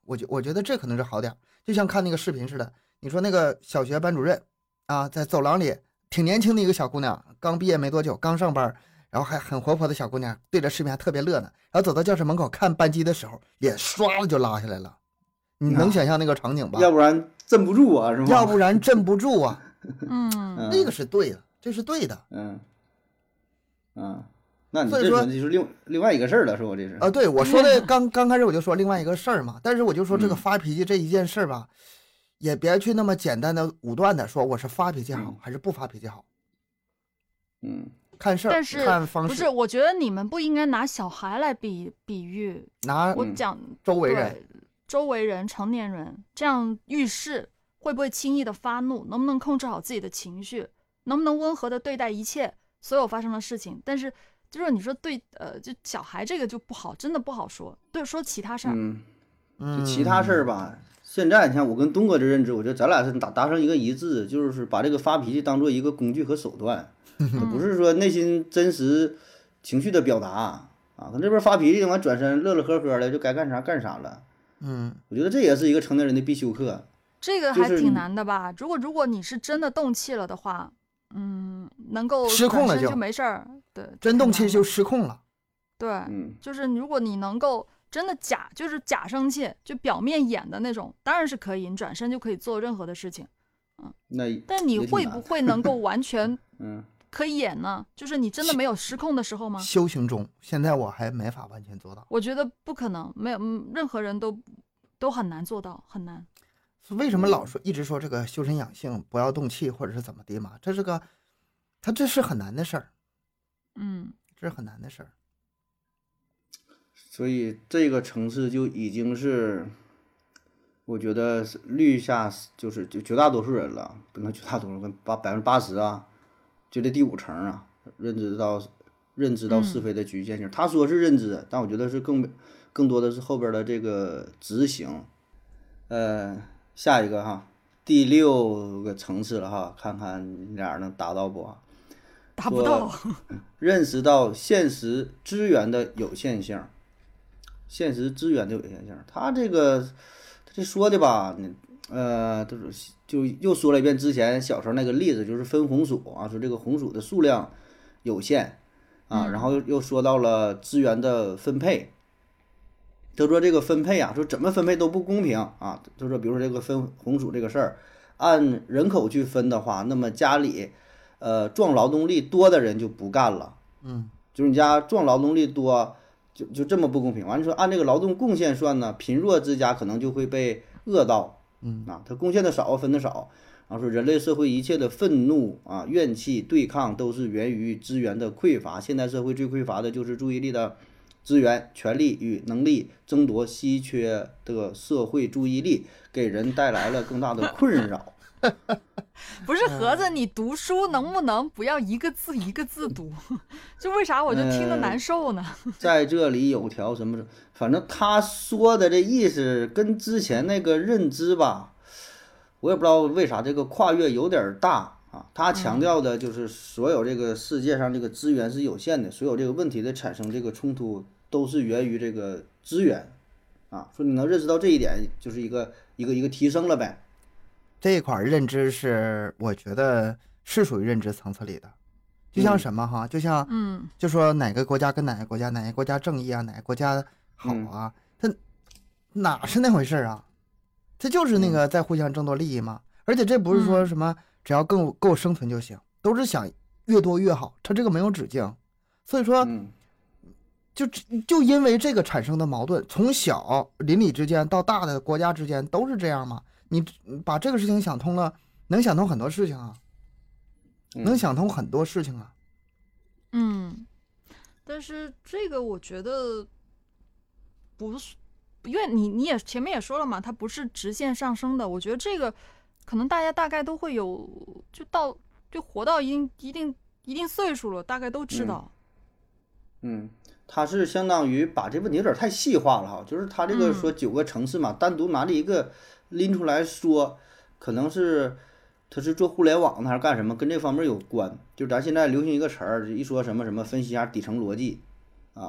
我觉我觉得这可能是好点儿，就像看那个视频似的。你说那个小学班主任啊，在走廊里挺年轻的一个小姑娘，刚毕业没多久，刚上班，然后还很活泼的小姑娘，对着视频还特别乐呢。然后走到教室门口看班级的时候，脸唰的就拉下来了。你能想象那个场景吧？ 要不然镇不住啊，是吗？ 要不然镇不住啊。 嗯， 那个是对的，这是对的。 嗯嗯，那你这说就是另另外一个事儿了，是吧？这是啊，对我说的刚刚开始我就说另外一个事儿嘛，但是我就说这个发脾气这一件事儿吧。嗯，也别去那么简单的武断的说我是发脾气好还是不发脾气好。 嗯， 看事儿， 但是看方式。 不是，我觉得你们不应该拿小孩来比比喻， 拿我讲周围人， 周围人，成年人这样遇事会不会轻易的发怒，能不能控制好自己的情绪，能不能温和的对待一切所有发生的事情。但是就是你说对，呃，就小孩这个就不好，真的不好说。对，说其他事儿， 嗯，就其他事儿吧。现在你看，我跟东哥的认知，我觉得咱俩是达达成一个一致，就是把这个发脾气当做一个工具和手段，不是说内心真实情绪的表达啊。跟这边发脾气完转身乐乐呵呵的，就该干啥干啥了。 嗯， 我觉得这也是一个成年人的必修课。 这个还挺难的吧？如果如果你是真的动气了的话，嗯，能够失控了就没事儿。对， 真动气就失控了。 对， 嗯， 就是如果你能够。真的假就是假生气，就表面演的那种，当然是可以，你转身就可以做任何的事情，嗯， 那但你会不会能够完全嗯可以演呢？就是你真的没有失控的时候吗？ 修行中，现在我还没法完全做到。 我觉得不可能，没有，任何人都都很难做到，很难。 为什么老说一直说这个修身养性，不要动气，或者是怎么的嘛？这是个，他这是很难的事儿， 嗯， 这是很难的事儿。 所以这个层次就已经是，我觉得绿下就是就绝大多数人了，不能绝大多数，跟八百分之八十啊，就这第五层啊，认知到认知到是非的局限性。嗯、他说是认知，但我觉得是更更多的是后边的这个执行。呃，下一个哈，第六个层次了哈，看看你俩能达到不？ 达不到。 认识到现实资源的有限性。现实资源的有限性，他这个他这说的吧，呃，都是就又说了一遍之前小时候那个例子，就是分红薯啊，说这个红薯的数量有限啊，然后又说到了资源的分配，就说这个分配啊，说怎么分配都不公平啊，就说比如说这个分红薯这个事儿，按人口去分的话，那么家里呃壮劳动力多的人就不干了， 嗯， 就是你家壮劳动力多。就就这么不公平，完了说按这个劳动贡献算呢，贫弱之家可能就会被饿到， 嗯啊，他贡献的少，分的少，然后说人类社会一切的愤怒啊、怨气、对抗都是源于资源的匮乏。现代社会最匮乏的就是注意力的资源、权力与能力争夺稀缺的社会注意力，给人带来了更大的困扰。 不是盒子，你读书能不能不要一个字一个字读？就为啥我就听得难受呢？ 呃、在这里有条什么，反正他说的这意思跟之前那个认知吧，我也不知道为啥这个跨越有点大啊。他强调的就是所有这个世界上这个资源是有限的，所有这个问题的产生这个冲突都是源于这个资源啊。说你能认识到这一点，就是一个一个一个提升了呗。 这一块认知是我觉得是属于认知层次里的，就像什么哈，就像嗯， 就说哪个国家跟哪个国家，哪个国家正义啊，哪个国家好啊，它哪是那回事啊？它就是那个在互相争夺利益嘛。而且这不是说什么只要更够生存就行，都是想越多越好，它这个没有止境。所以说，就就因为这个产生的矛盾，从小邻里之间到大的国家之间都是这样嘛。你把这个事情想通了，能想通很多事情啊，能想通很多事情啊。 嗯，但是这个我觉得不是，因为你你也前面也说了嘛，它不是直线上升的。我觉得这个可能大家大概都会有，就到就活到一定一定一定岁数了，大概都知道。 嗯，他是相当于把这问题有点太细化了哈，就是他这个说九个层次嘛，嗯、单独拿着一个拎出来说，可能是他是做互联网的还是干什么，跟这方面有关。就咱现在流行一个词儿，一说什么什么分析一下底层逻辑啊，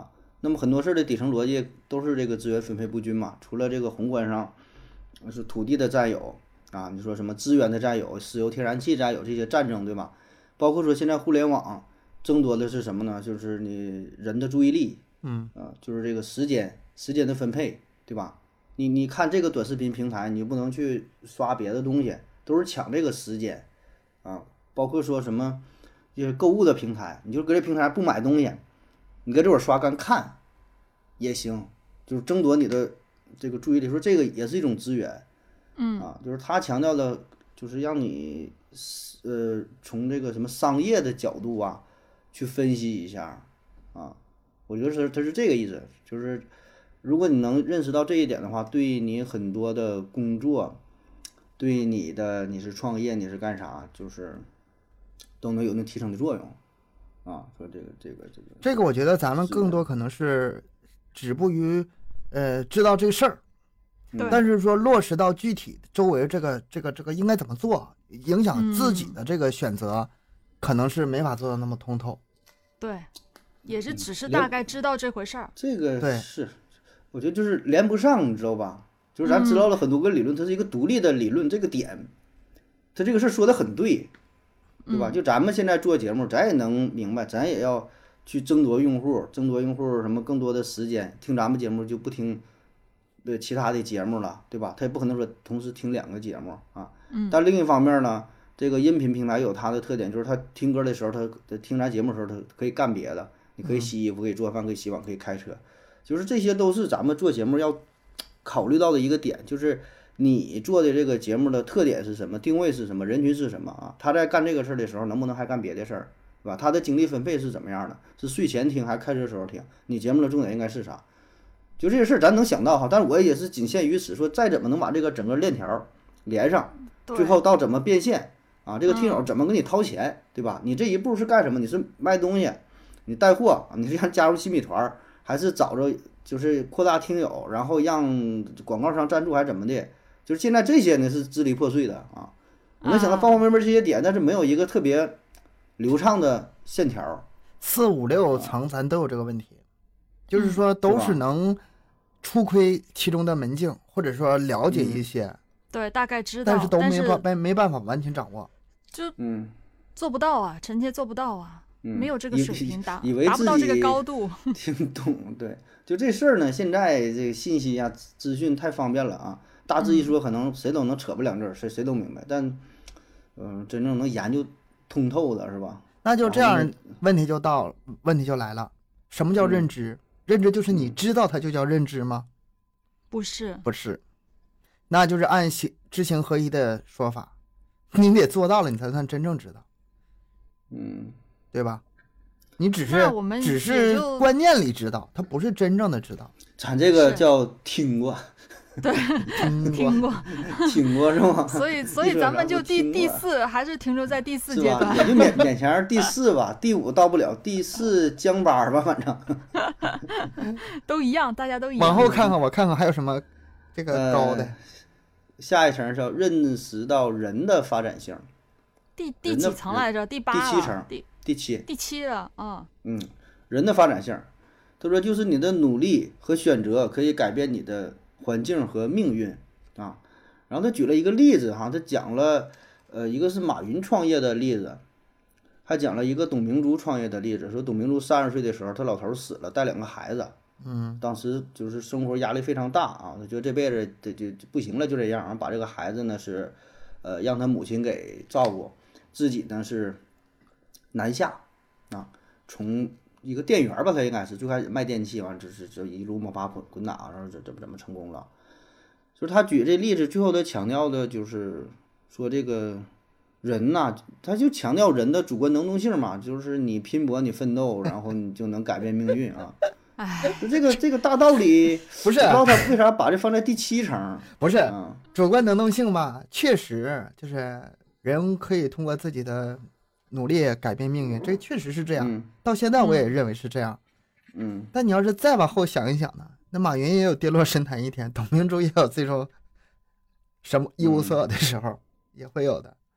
那么很多事儿的底层逻辑都是这个资源分配不均嘛。除了这个宏观上是土地的占有啊，你说什么资源的占有、石油、天然气占有这些战争，对吧？包括说现在互联网争夺的是什么呢？就是你人的注意力， 嗯啊，就是这个时间时间的分配，对吧？你你看这个短视频平台，你不能去刷别的东西，都是抢这个时间啊。包括说什么就是购物的平台，你就搁这平台不买东西，你搁这会儿刷干看也行，就是争夺你的这个注意力，说这个也是一种资源， 嗯啊，就是他强调的，就是让你呃从这个什么商业的角度啊去分析一下啊，我觉得是他是这个意思，就是如果你能认识到这一点的话，对你很多的工作，对你的你是创业你是干啥，就是都能有那提升的作用啊。说这个这个这个这个，我觉得咱们更多可能是止步于呃知道这个事儿，但是说落实到具体周围这个这个这个应该怎么做，影响自己的这个选择，嗯、可能是没法做到那么通透。 对，也是只是大概知道这回事儿。 这个对是，我觉得就是连不上，你知道吧？就是咱知道了很多个理论，它是一个独立的理论，这个点，它这个事儿说的很对，对吧？就咱们现在做节目，咱也能明白，咱也要去争夺用户，争夺用户什么更多的时间，听咱们节目就不听对其他的节目了，对吧？他也不可能说同时听两个节目啊。但另一方面呢，这个音频平台有它的特点，就是他听歌的时候，他听咱节目的时候，他可以干别的，你可以洗衣服，可以做饭，可以洗碗，可以开车，就是这些都是咱们做节目要考虑到的一个点，就是你做的这个节目的特点是什么，定位是什么，人群是什么啊？他在干这个事儿的时候，能不能还干别的事儿，对吧？他的精力分配是怎么样的？是睡前听还是开车时候听？你节目的重点应该是啥？就这些事儿咱能想到哈，但是我也是仅限于此，说再怎么能把这个整个链条连上，最后到怎么变现啊？这个听友怎么给你掏钱，对吧？你这一步是干什么？你是卖东西，你带货，你是想加入新米团，还是找着就是扩大听友，然后让广告商赞助，还是怎么的？就是现在这些呢是支离破碎的啊。我能想到方方面面这些点，但是没有一个特别流畅的线条， 四五六层咱都有这个问题，就是说都是能初窥其中的门径，或者说了解一些， 嗯、对，大概知道， 但是都没办没没办法完全掌握， 就嗯做不到啊，臣妾做不到啊， 嗯、 没有这个水平达， 以为达不到这个高度， 听懂对，就这事儿呢，现在这个信息啊资讯太方便了啊，大致一说可能谁都能扯不两句，谁谁都明白，但嗯、呃，真正能研究通透的是吧？ 那就这样，问题就到了，问题就来了，什么叫认知？嗯、认知就是你知道它就叫认知吗？ 不是， 不是，那就是按行知行合一的说法，你得做到了，你才算真正知道， 嗯， 对吧？你只是只是观念里知道，它不是真正的知道。 咱这个叫听过。 对，听过， 听过是吗？ 所以，所以咱们就第第四还是停留在第四阶段， 也就勉勉强第四吧，第五到不了，第四将班吧，反正都一样，大家都一样。 往后看看，我看看还有什么这个高的。 呃、下一层是要认识到人的发展性。 第第几层来着？第八了。 第七层。 第第七。 第七了啊。 嗯，人的发展性，他说就是你的努力和选择可以改变你的环境和命运啊，然后他举了一个例子哈，他讲了，呃，一个是马云创业的例子，还讲了一个董明珠创业的例子，说董明珠三十岁的时候，他老头死了，带两个孩子， 嗯， 当时就是生活压力非常大啊，他觉得这辈子就就不行了，就这样，然后把这个孩子呢是，呃，让他母亲给照顾，自己呢是南下啊，从一个店员吧，他应该是最开始卖电器，完这是这一路摸爬滚滚打，然后这这怎么成功了？就是他举这例子，最后他强调的就是说这个人呐、啊，他就强调人的主观能动性嘛，就是你拼搏你奋斗，然后你就能改变命运啊。就这个这个大道理， 不是不知道他为啥把这放在第七层？ 不是、 嗯、 主观能动性吧？确实就是人可以通过自己的努力改变命运，这确实是这样、 嗯、 到现在我也认为是这样。 嗯， 但你要是再往后想一想呢，那马云也有跌落神坛一天，董明珠也有最终什么一无所有的时候、嗯、也会有的。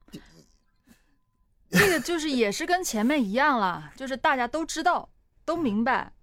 这个就是也是跟前面一样了，就是大家都知道都明白，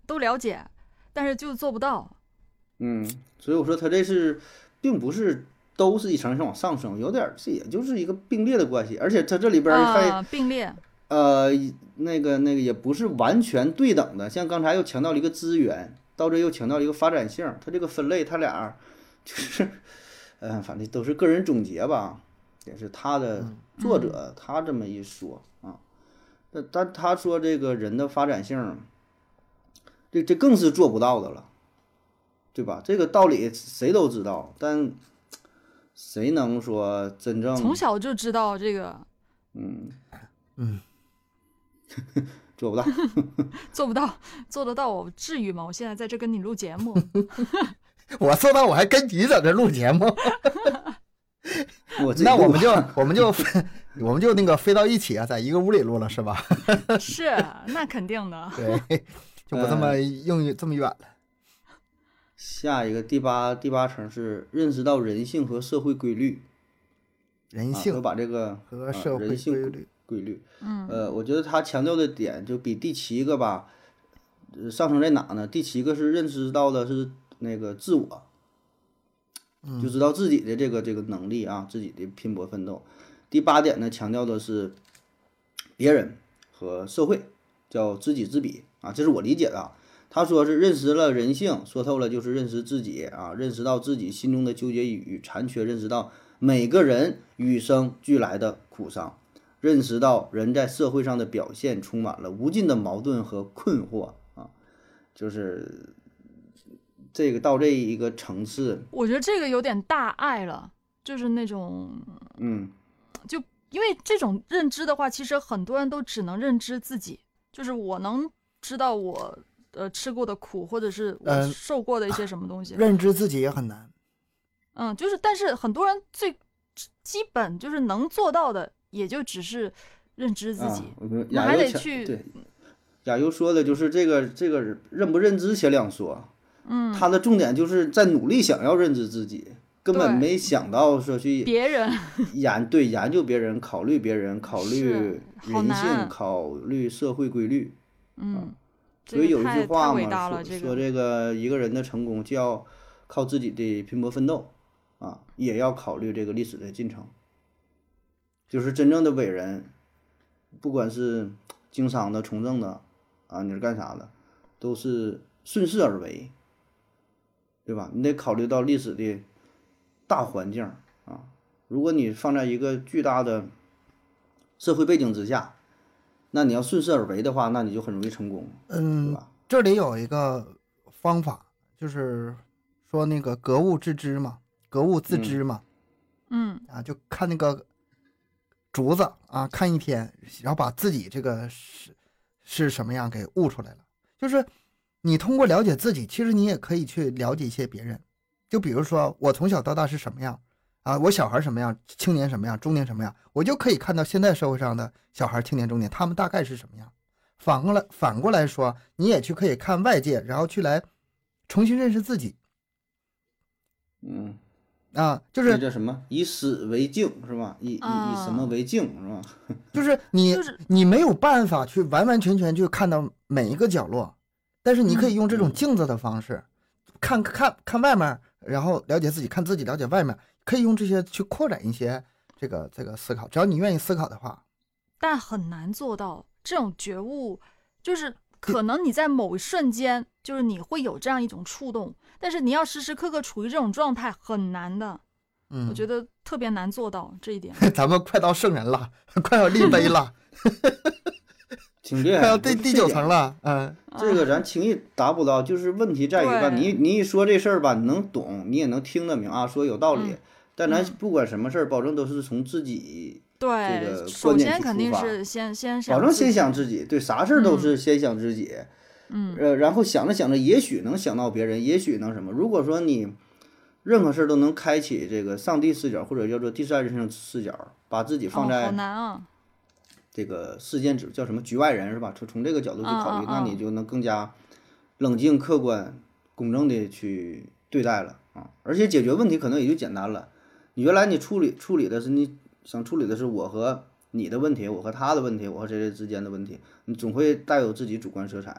都了解，但是就做不到。 嗯，所以我说他这是并不是都是一层一层往上升，有点这也就是一个并列的关系，而且他这里边还、 啊、并列， 呃，那个那个也不是完全对等的，像刚才又强调了一个资源，到这又强调了一个发展性，他这个分类他俩就是，呃，反正都是个人总结吧，也是他的作者、嗯、他这么一说啊，那但他说这个人的发展性，这这更是做不到的了。对吧？这个道理谁都知道，但谁能说真正从小就知道这个？ 嗯嗯， 做不到， 做不到，做得到我至于吗？我现在在这跟你录节目， 我做到我还跟你在这录节目， 我那我们就我们就我们就那个飞到一起啊，在一个屋里录了是吧？ 是，那肯定的。 对，就不这么用这么远了。 下一个第八第八层是认识到人性和社会规律， 人性、 啊、把这个和社会规律、 啊、规律， 嗯， 呃，我觉得他强调的点就比第七个吧，呃、上升在哪呢？第七个是认识到的是那个自我， 嗯、 就知道自己的这个这个能力啊，自己的拼搏奋斗。第八点呢，强调的是别人和社会，叫知己知彼啊，这是我理解的啊。他说是认识了人性，说透了就是认识自己啊，认识到自己心中的纠结与残缺，认识到每个人与生俱来的苦伤，认识到人在社会上的表现充满了无尽的矛盾和困惑啊，就是这个到这一个层次， 我觉得这个有点大爱了，就是那种， 嗯， 就因为这种认知的话，其实很多人都只能认知自己，就是我能知道我。呃，吃过的苦，或者是我受过的一些什么东西， 呃、认知自己也很难。 嗯，就是，但是很多人最基本就是能做到的，也就只是认知自己， 啊、 那还得去。 对，亚优说的就是这个这个认不认知先两说， 嗯， 他的重点就是在努力想要认知自己，根本没想到说去别人研对研究别人，考虑别人，考虑人性，考虑社会规律， 嗯。 啊所以有一句话嘛， 说说说这个一个人的成功就要靠自己的拼搏奋斗，啊，也要考虑这个历史的进程。就是真正的伟人，不管是经商的、从政的，啊，你是干啥的，都是顺势而为，对吧？你得考虑到历史的大环境啊。如果你放在一个巨大的社会背景之下，那你要顺势而为的话，那你就很容易成功， 嗯， 对吧？ 这里有一个方法，就是说那个格物致知嘛，格物致知嘛， 嗯啊，就看那个竹子啊，看一天，然后把自己这个是是什么样给悟出来了。就是你通过了解自己，其实你也可以去了解一些别人。就比如说我从小到大是什么样啊，我小孩什么样，青年什么样，中年什么样，我就可以看到现在社会上的小孩、青年、中年，他们大概是什么样。反过来，反过来说，你也去可以看外界，然后去来重新认识自己。 嗯， 啊，就是这叫什么？以史为镜是吧？以以以什么为镜是吧？ 就是你、 就是、 你没有办法去完完全全去看到每一个角落，但是你可以用这种镜子的方式，嗯、看看看外面，然后了解自己，看自己，了解外面，可以用这些去扩展一些这个这个思考，只要你愿意思考的话。 但很难做到这种觉悟，就是可能你在某一瞬间，就是你会有这样一种触动，但是你要时时刻刻处于这种状态很难的。 嗯， 我觉得特别难做到这一点。 咱们快到圣人了，快要立碑了， 挺厉害， 快要第第九层了。嗯， 这个咱轻易达不到，就是问题在于吧，你你一说这事儿吧，你能懂，你也能听得明啊，说有道理。 嗯、 但咱不管什么事儿，保证都是从自己。 对， 这个首先肯定是先先想，保证先想自己。对，啥事儿都是先想自己。 嗯， 呃，然后想着想着，也许能想到别人，也许能什么。如果说你任何事儿都能开启这个上帝视角，或者叫做第三人称视角，把自己放在好难啊。 这个事件之叫什么局外人是吧？从从这个角度去考虑， 啊啊啊那你就能更加冷静、客观、公正的去对待了啊。而且解决问题可能也就简单了。你原来你处理处理的是你。想处理的是我和你的问题，我和他的问题，我和谁谁之间的问题，你总会带有自己主观色彩。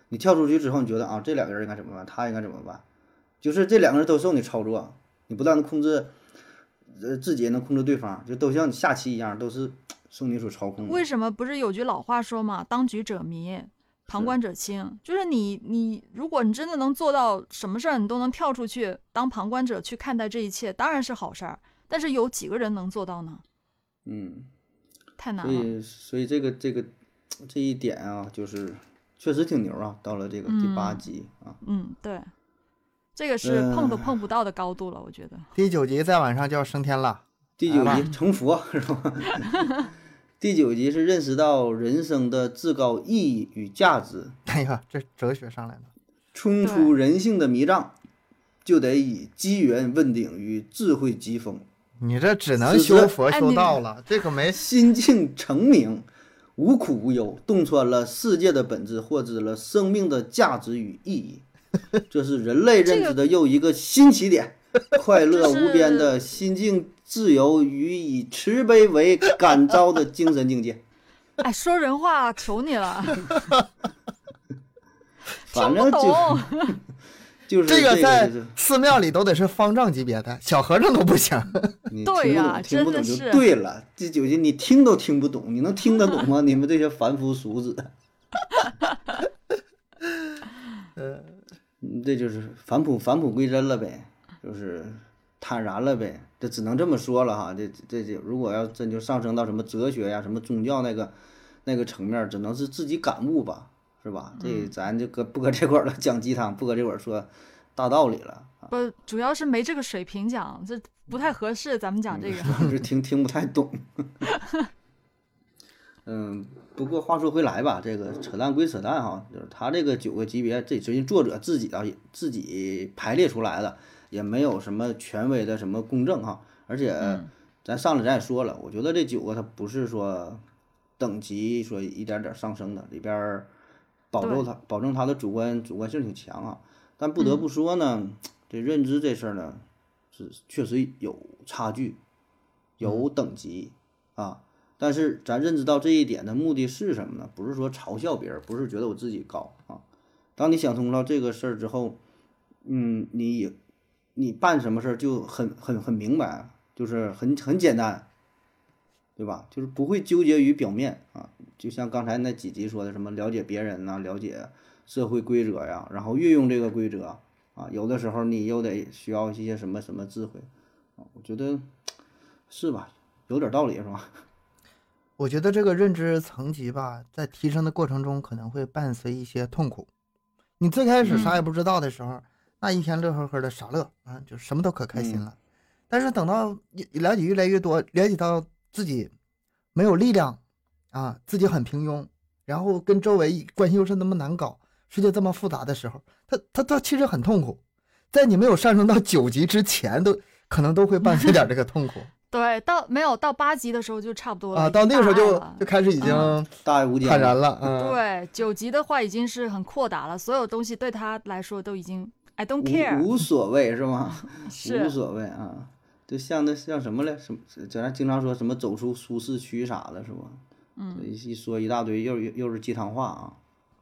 你跳出去之后，你觉得啊，这两个人应该怎么办？他应该怎么办？就是这两个人都受你操作，你不但能控制，呃，自己也能控制对方，就都像你下棋一样，都是受你所操控的。 为什么不是有句老话说嘛？当局者迷，旁观者清。就是你，你如果你真的能做到什么事儿，你都能跳出去当旁观者去看待这一切，当然是好事儿。但是有几个人能做到呢？ 嗯， 太难了。 所以，所以这个这个这一点啊，就是确实挺牛啊。到了这个第八集、 嗯、啊，嗯，对，这个是碰都碰不到的高度了，呃、我觉得。 第九集再晚上就要升天了。 第九集成佛是吧？第九集是认识到人生的至高意义与价值。 哎呀，这哲学上来了。 冲出人性的迷障，就得以机缘问鼎与智慧疾风。 你这只能修佛修道了，这可没心境澄明，无苦无忧，洞穿了世界的本质，获知了生命的价值与意义。这是人类认知的又一个新起点。快乐无边的心境自由与以慈悲为感召的精神境界。 哎，说人话，求你了。 反正就就是这个在寺庙里都得是方丈级别的，小和尚都不行。 对呀， 听不懂就对了。这九集你听都听不懂，你能听得懂吗？你们这些凡夫俗子。嗯，这就是返璞返璞归真了呗。就是坦然了呗，这只能这么说了哈。这这这，如果要真就上升到什么哲学呀、什么宗教那个那个层面，只能是自己感悟吧，是吧？这咱就搁不搁这块儿了讲鸡汤，不搁这块儿说大道理了。 不，主要是没这个水平讲，这不太合适。咱们讲这个， 嗯、听听不太懂。嗯，不过话说回来吧，这个扯淡归扯淡哈，就是他这个九个级别，这最近作者自己啊自己排列出来的。也没有什么权威的什么公证哈，而且咱上来咱也说了，我觉得这九个它不是说等级说一点点上升的，里边保证它保证它的主观主观性挺强啊。但不得不说呢，嗯、这认知这事儿呢是确实有差距，有等级啊。但是咱认知到这一点的目的是什么呢？不是说嘲笑别人，不是觉得我自己高啊。当你想通了这个事儿之后，嗯，你也。你办什么事儿就很很很明白，就是很很简单，对吧？就是不会纠结于表面啊。就像刚才那几集说的，什么了解别人呐、啊，了解社会规则呀，然后运用这个规则啊，有的时候你又得需要一些什么什么智慧啊。我觉得是吧？有点道理是吧？ 我觉得这个认知层级吧，在提升的过程中可能会伴随一些痛苦。你最开始啥也不知道的时候。嗯那一天乐呵呵的傻乐啊，就什么都可开心了。嗯、但是等到了解越来越多，了解到自己没有力量啊，自己很平庸，然后跟周围关系又是那么难搞，世界这么复杂的时候，他他他其实很痛苦。在你没有上升到九级之前，都可能都会伴随点这个痛苦。 对，到没有到八级的时候就差不多了啊，到那个时候就就开始已经大爱无疆坦然了。嗯， 对，九级的话已经是很扩大了，所有东西对他来说都已经。I don't care， 无, 无所谓是吗？ 是无所谓啊，就像那像什么嘞？什么咱经常说什么走出舒适区啥的，是吧？ 嗯， 一说一大堆，又又是鸡汤话啊。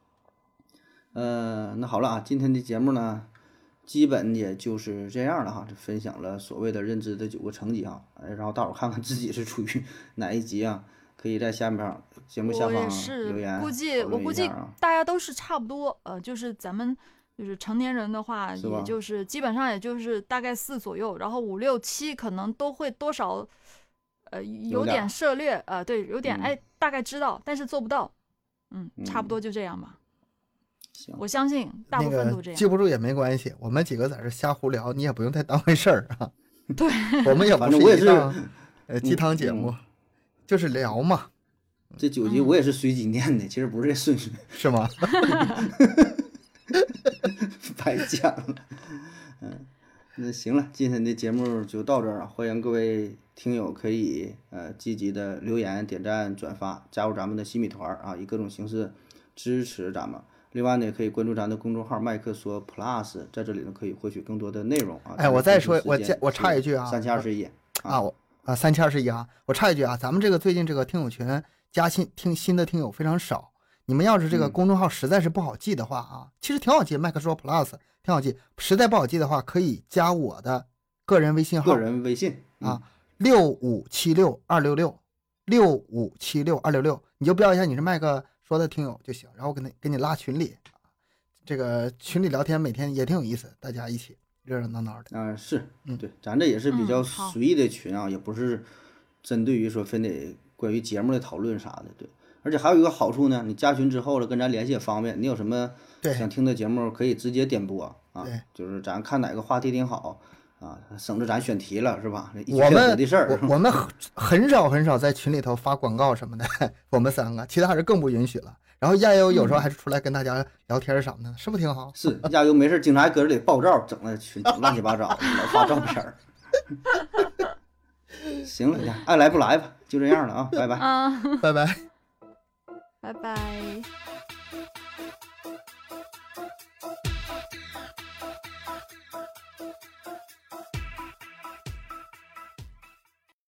呃，那好了啊，今天的节目呢，基本也就是这样了哈，就分享了所谓的认知的九个层级哈，然后大伙看看自己是处于哪一级啊？可以在下面节目下方留言。 估计我估计大家都是差不多，呃，就是咱们。就是成年人的话，也就是基本上也就是大概四左右，然后五六七可能都会多少，呃，有点涉略，呃，对，有点、嗯、哎，大概知道，但是做不到，嗯，差不多就这样吧。 行、 我相信大部分都这样。 那个、记不住也没关系，我们几个在这瞎胡聊，你也不用太当回事儿啊。 对， 我们也不是一档呃鸡汤节目、 嗯， 就是聊嘛。 这九集我也是随机念的，嗯、其实不是这顺序， 是吗？ 白讲了，嗯，那行了，今天的节目就到这儿了。欢迎各位听友可以呃积极的留言、点赞、转发，加入咱们的新米团啊，以各种形式支持咱们。另外呢，也可以关注咱的公众号麦克说 Plus， 在这里呢可以获取更多的内容啊。 哎，我再说，我加我插一句啊， 三千二十一啊，我啊三千二十一啊，我插一句啊，咱们这个最近这个听友群加新听新的听友非常少。 你们要是这个公众号实在是不好记的话啊，其实挺好记，麦克说 Plus 挺好记，实在不好记的话可以加我的个人微信号， 个人微信啊，六五七六二六六六五七六二六六，你就标一下你是麦克说的听友就行，然后给你给你拉群里，这个群里聊天每天也挺有意思，大家一起热热闹闹的。 啊、是，对，咱这也是比较随意的群啊， 嗯、 也不是针对于说非得关于节目的讨论啥的，对。而且还有一个好处呢，你加群之后了，跟咱联系也方便。你有什么想听的节目，可以直接点播啊。就是咱看哪个话题挺好啊，省着咱选题了，是吧？ 我们的事儿， 我们很少很少在群里头发广告什么的，我们三个，其他人更不允许了。然后亚优有时候还是出来跟大家聊天啥的，是不是挺好？ 是，亚优没事经常还搁这里爆照，整的群乱七八糟，老发照片儿。行了，爱来不来吧，就这样了啊，拜拜。 啊， 拜拜。 拜拜。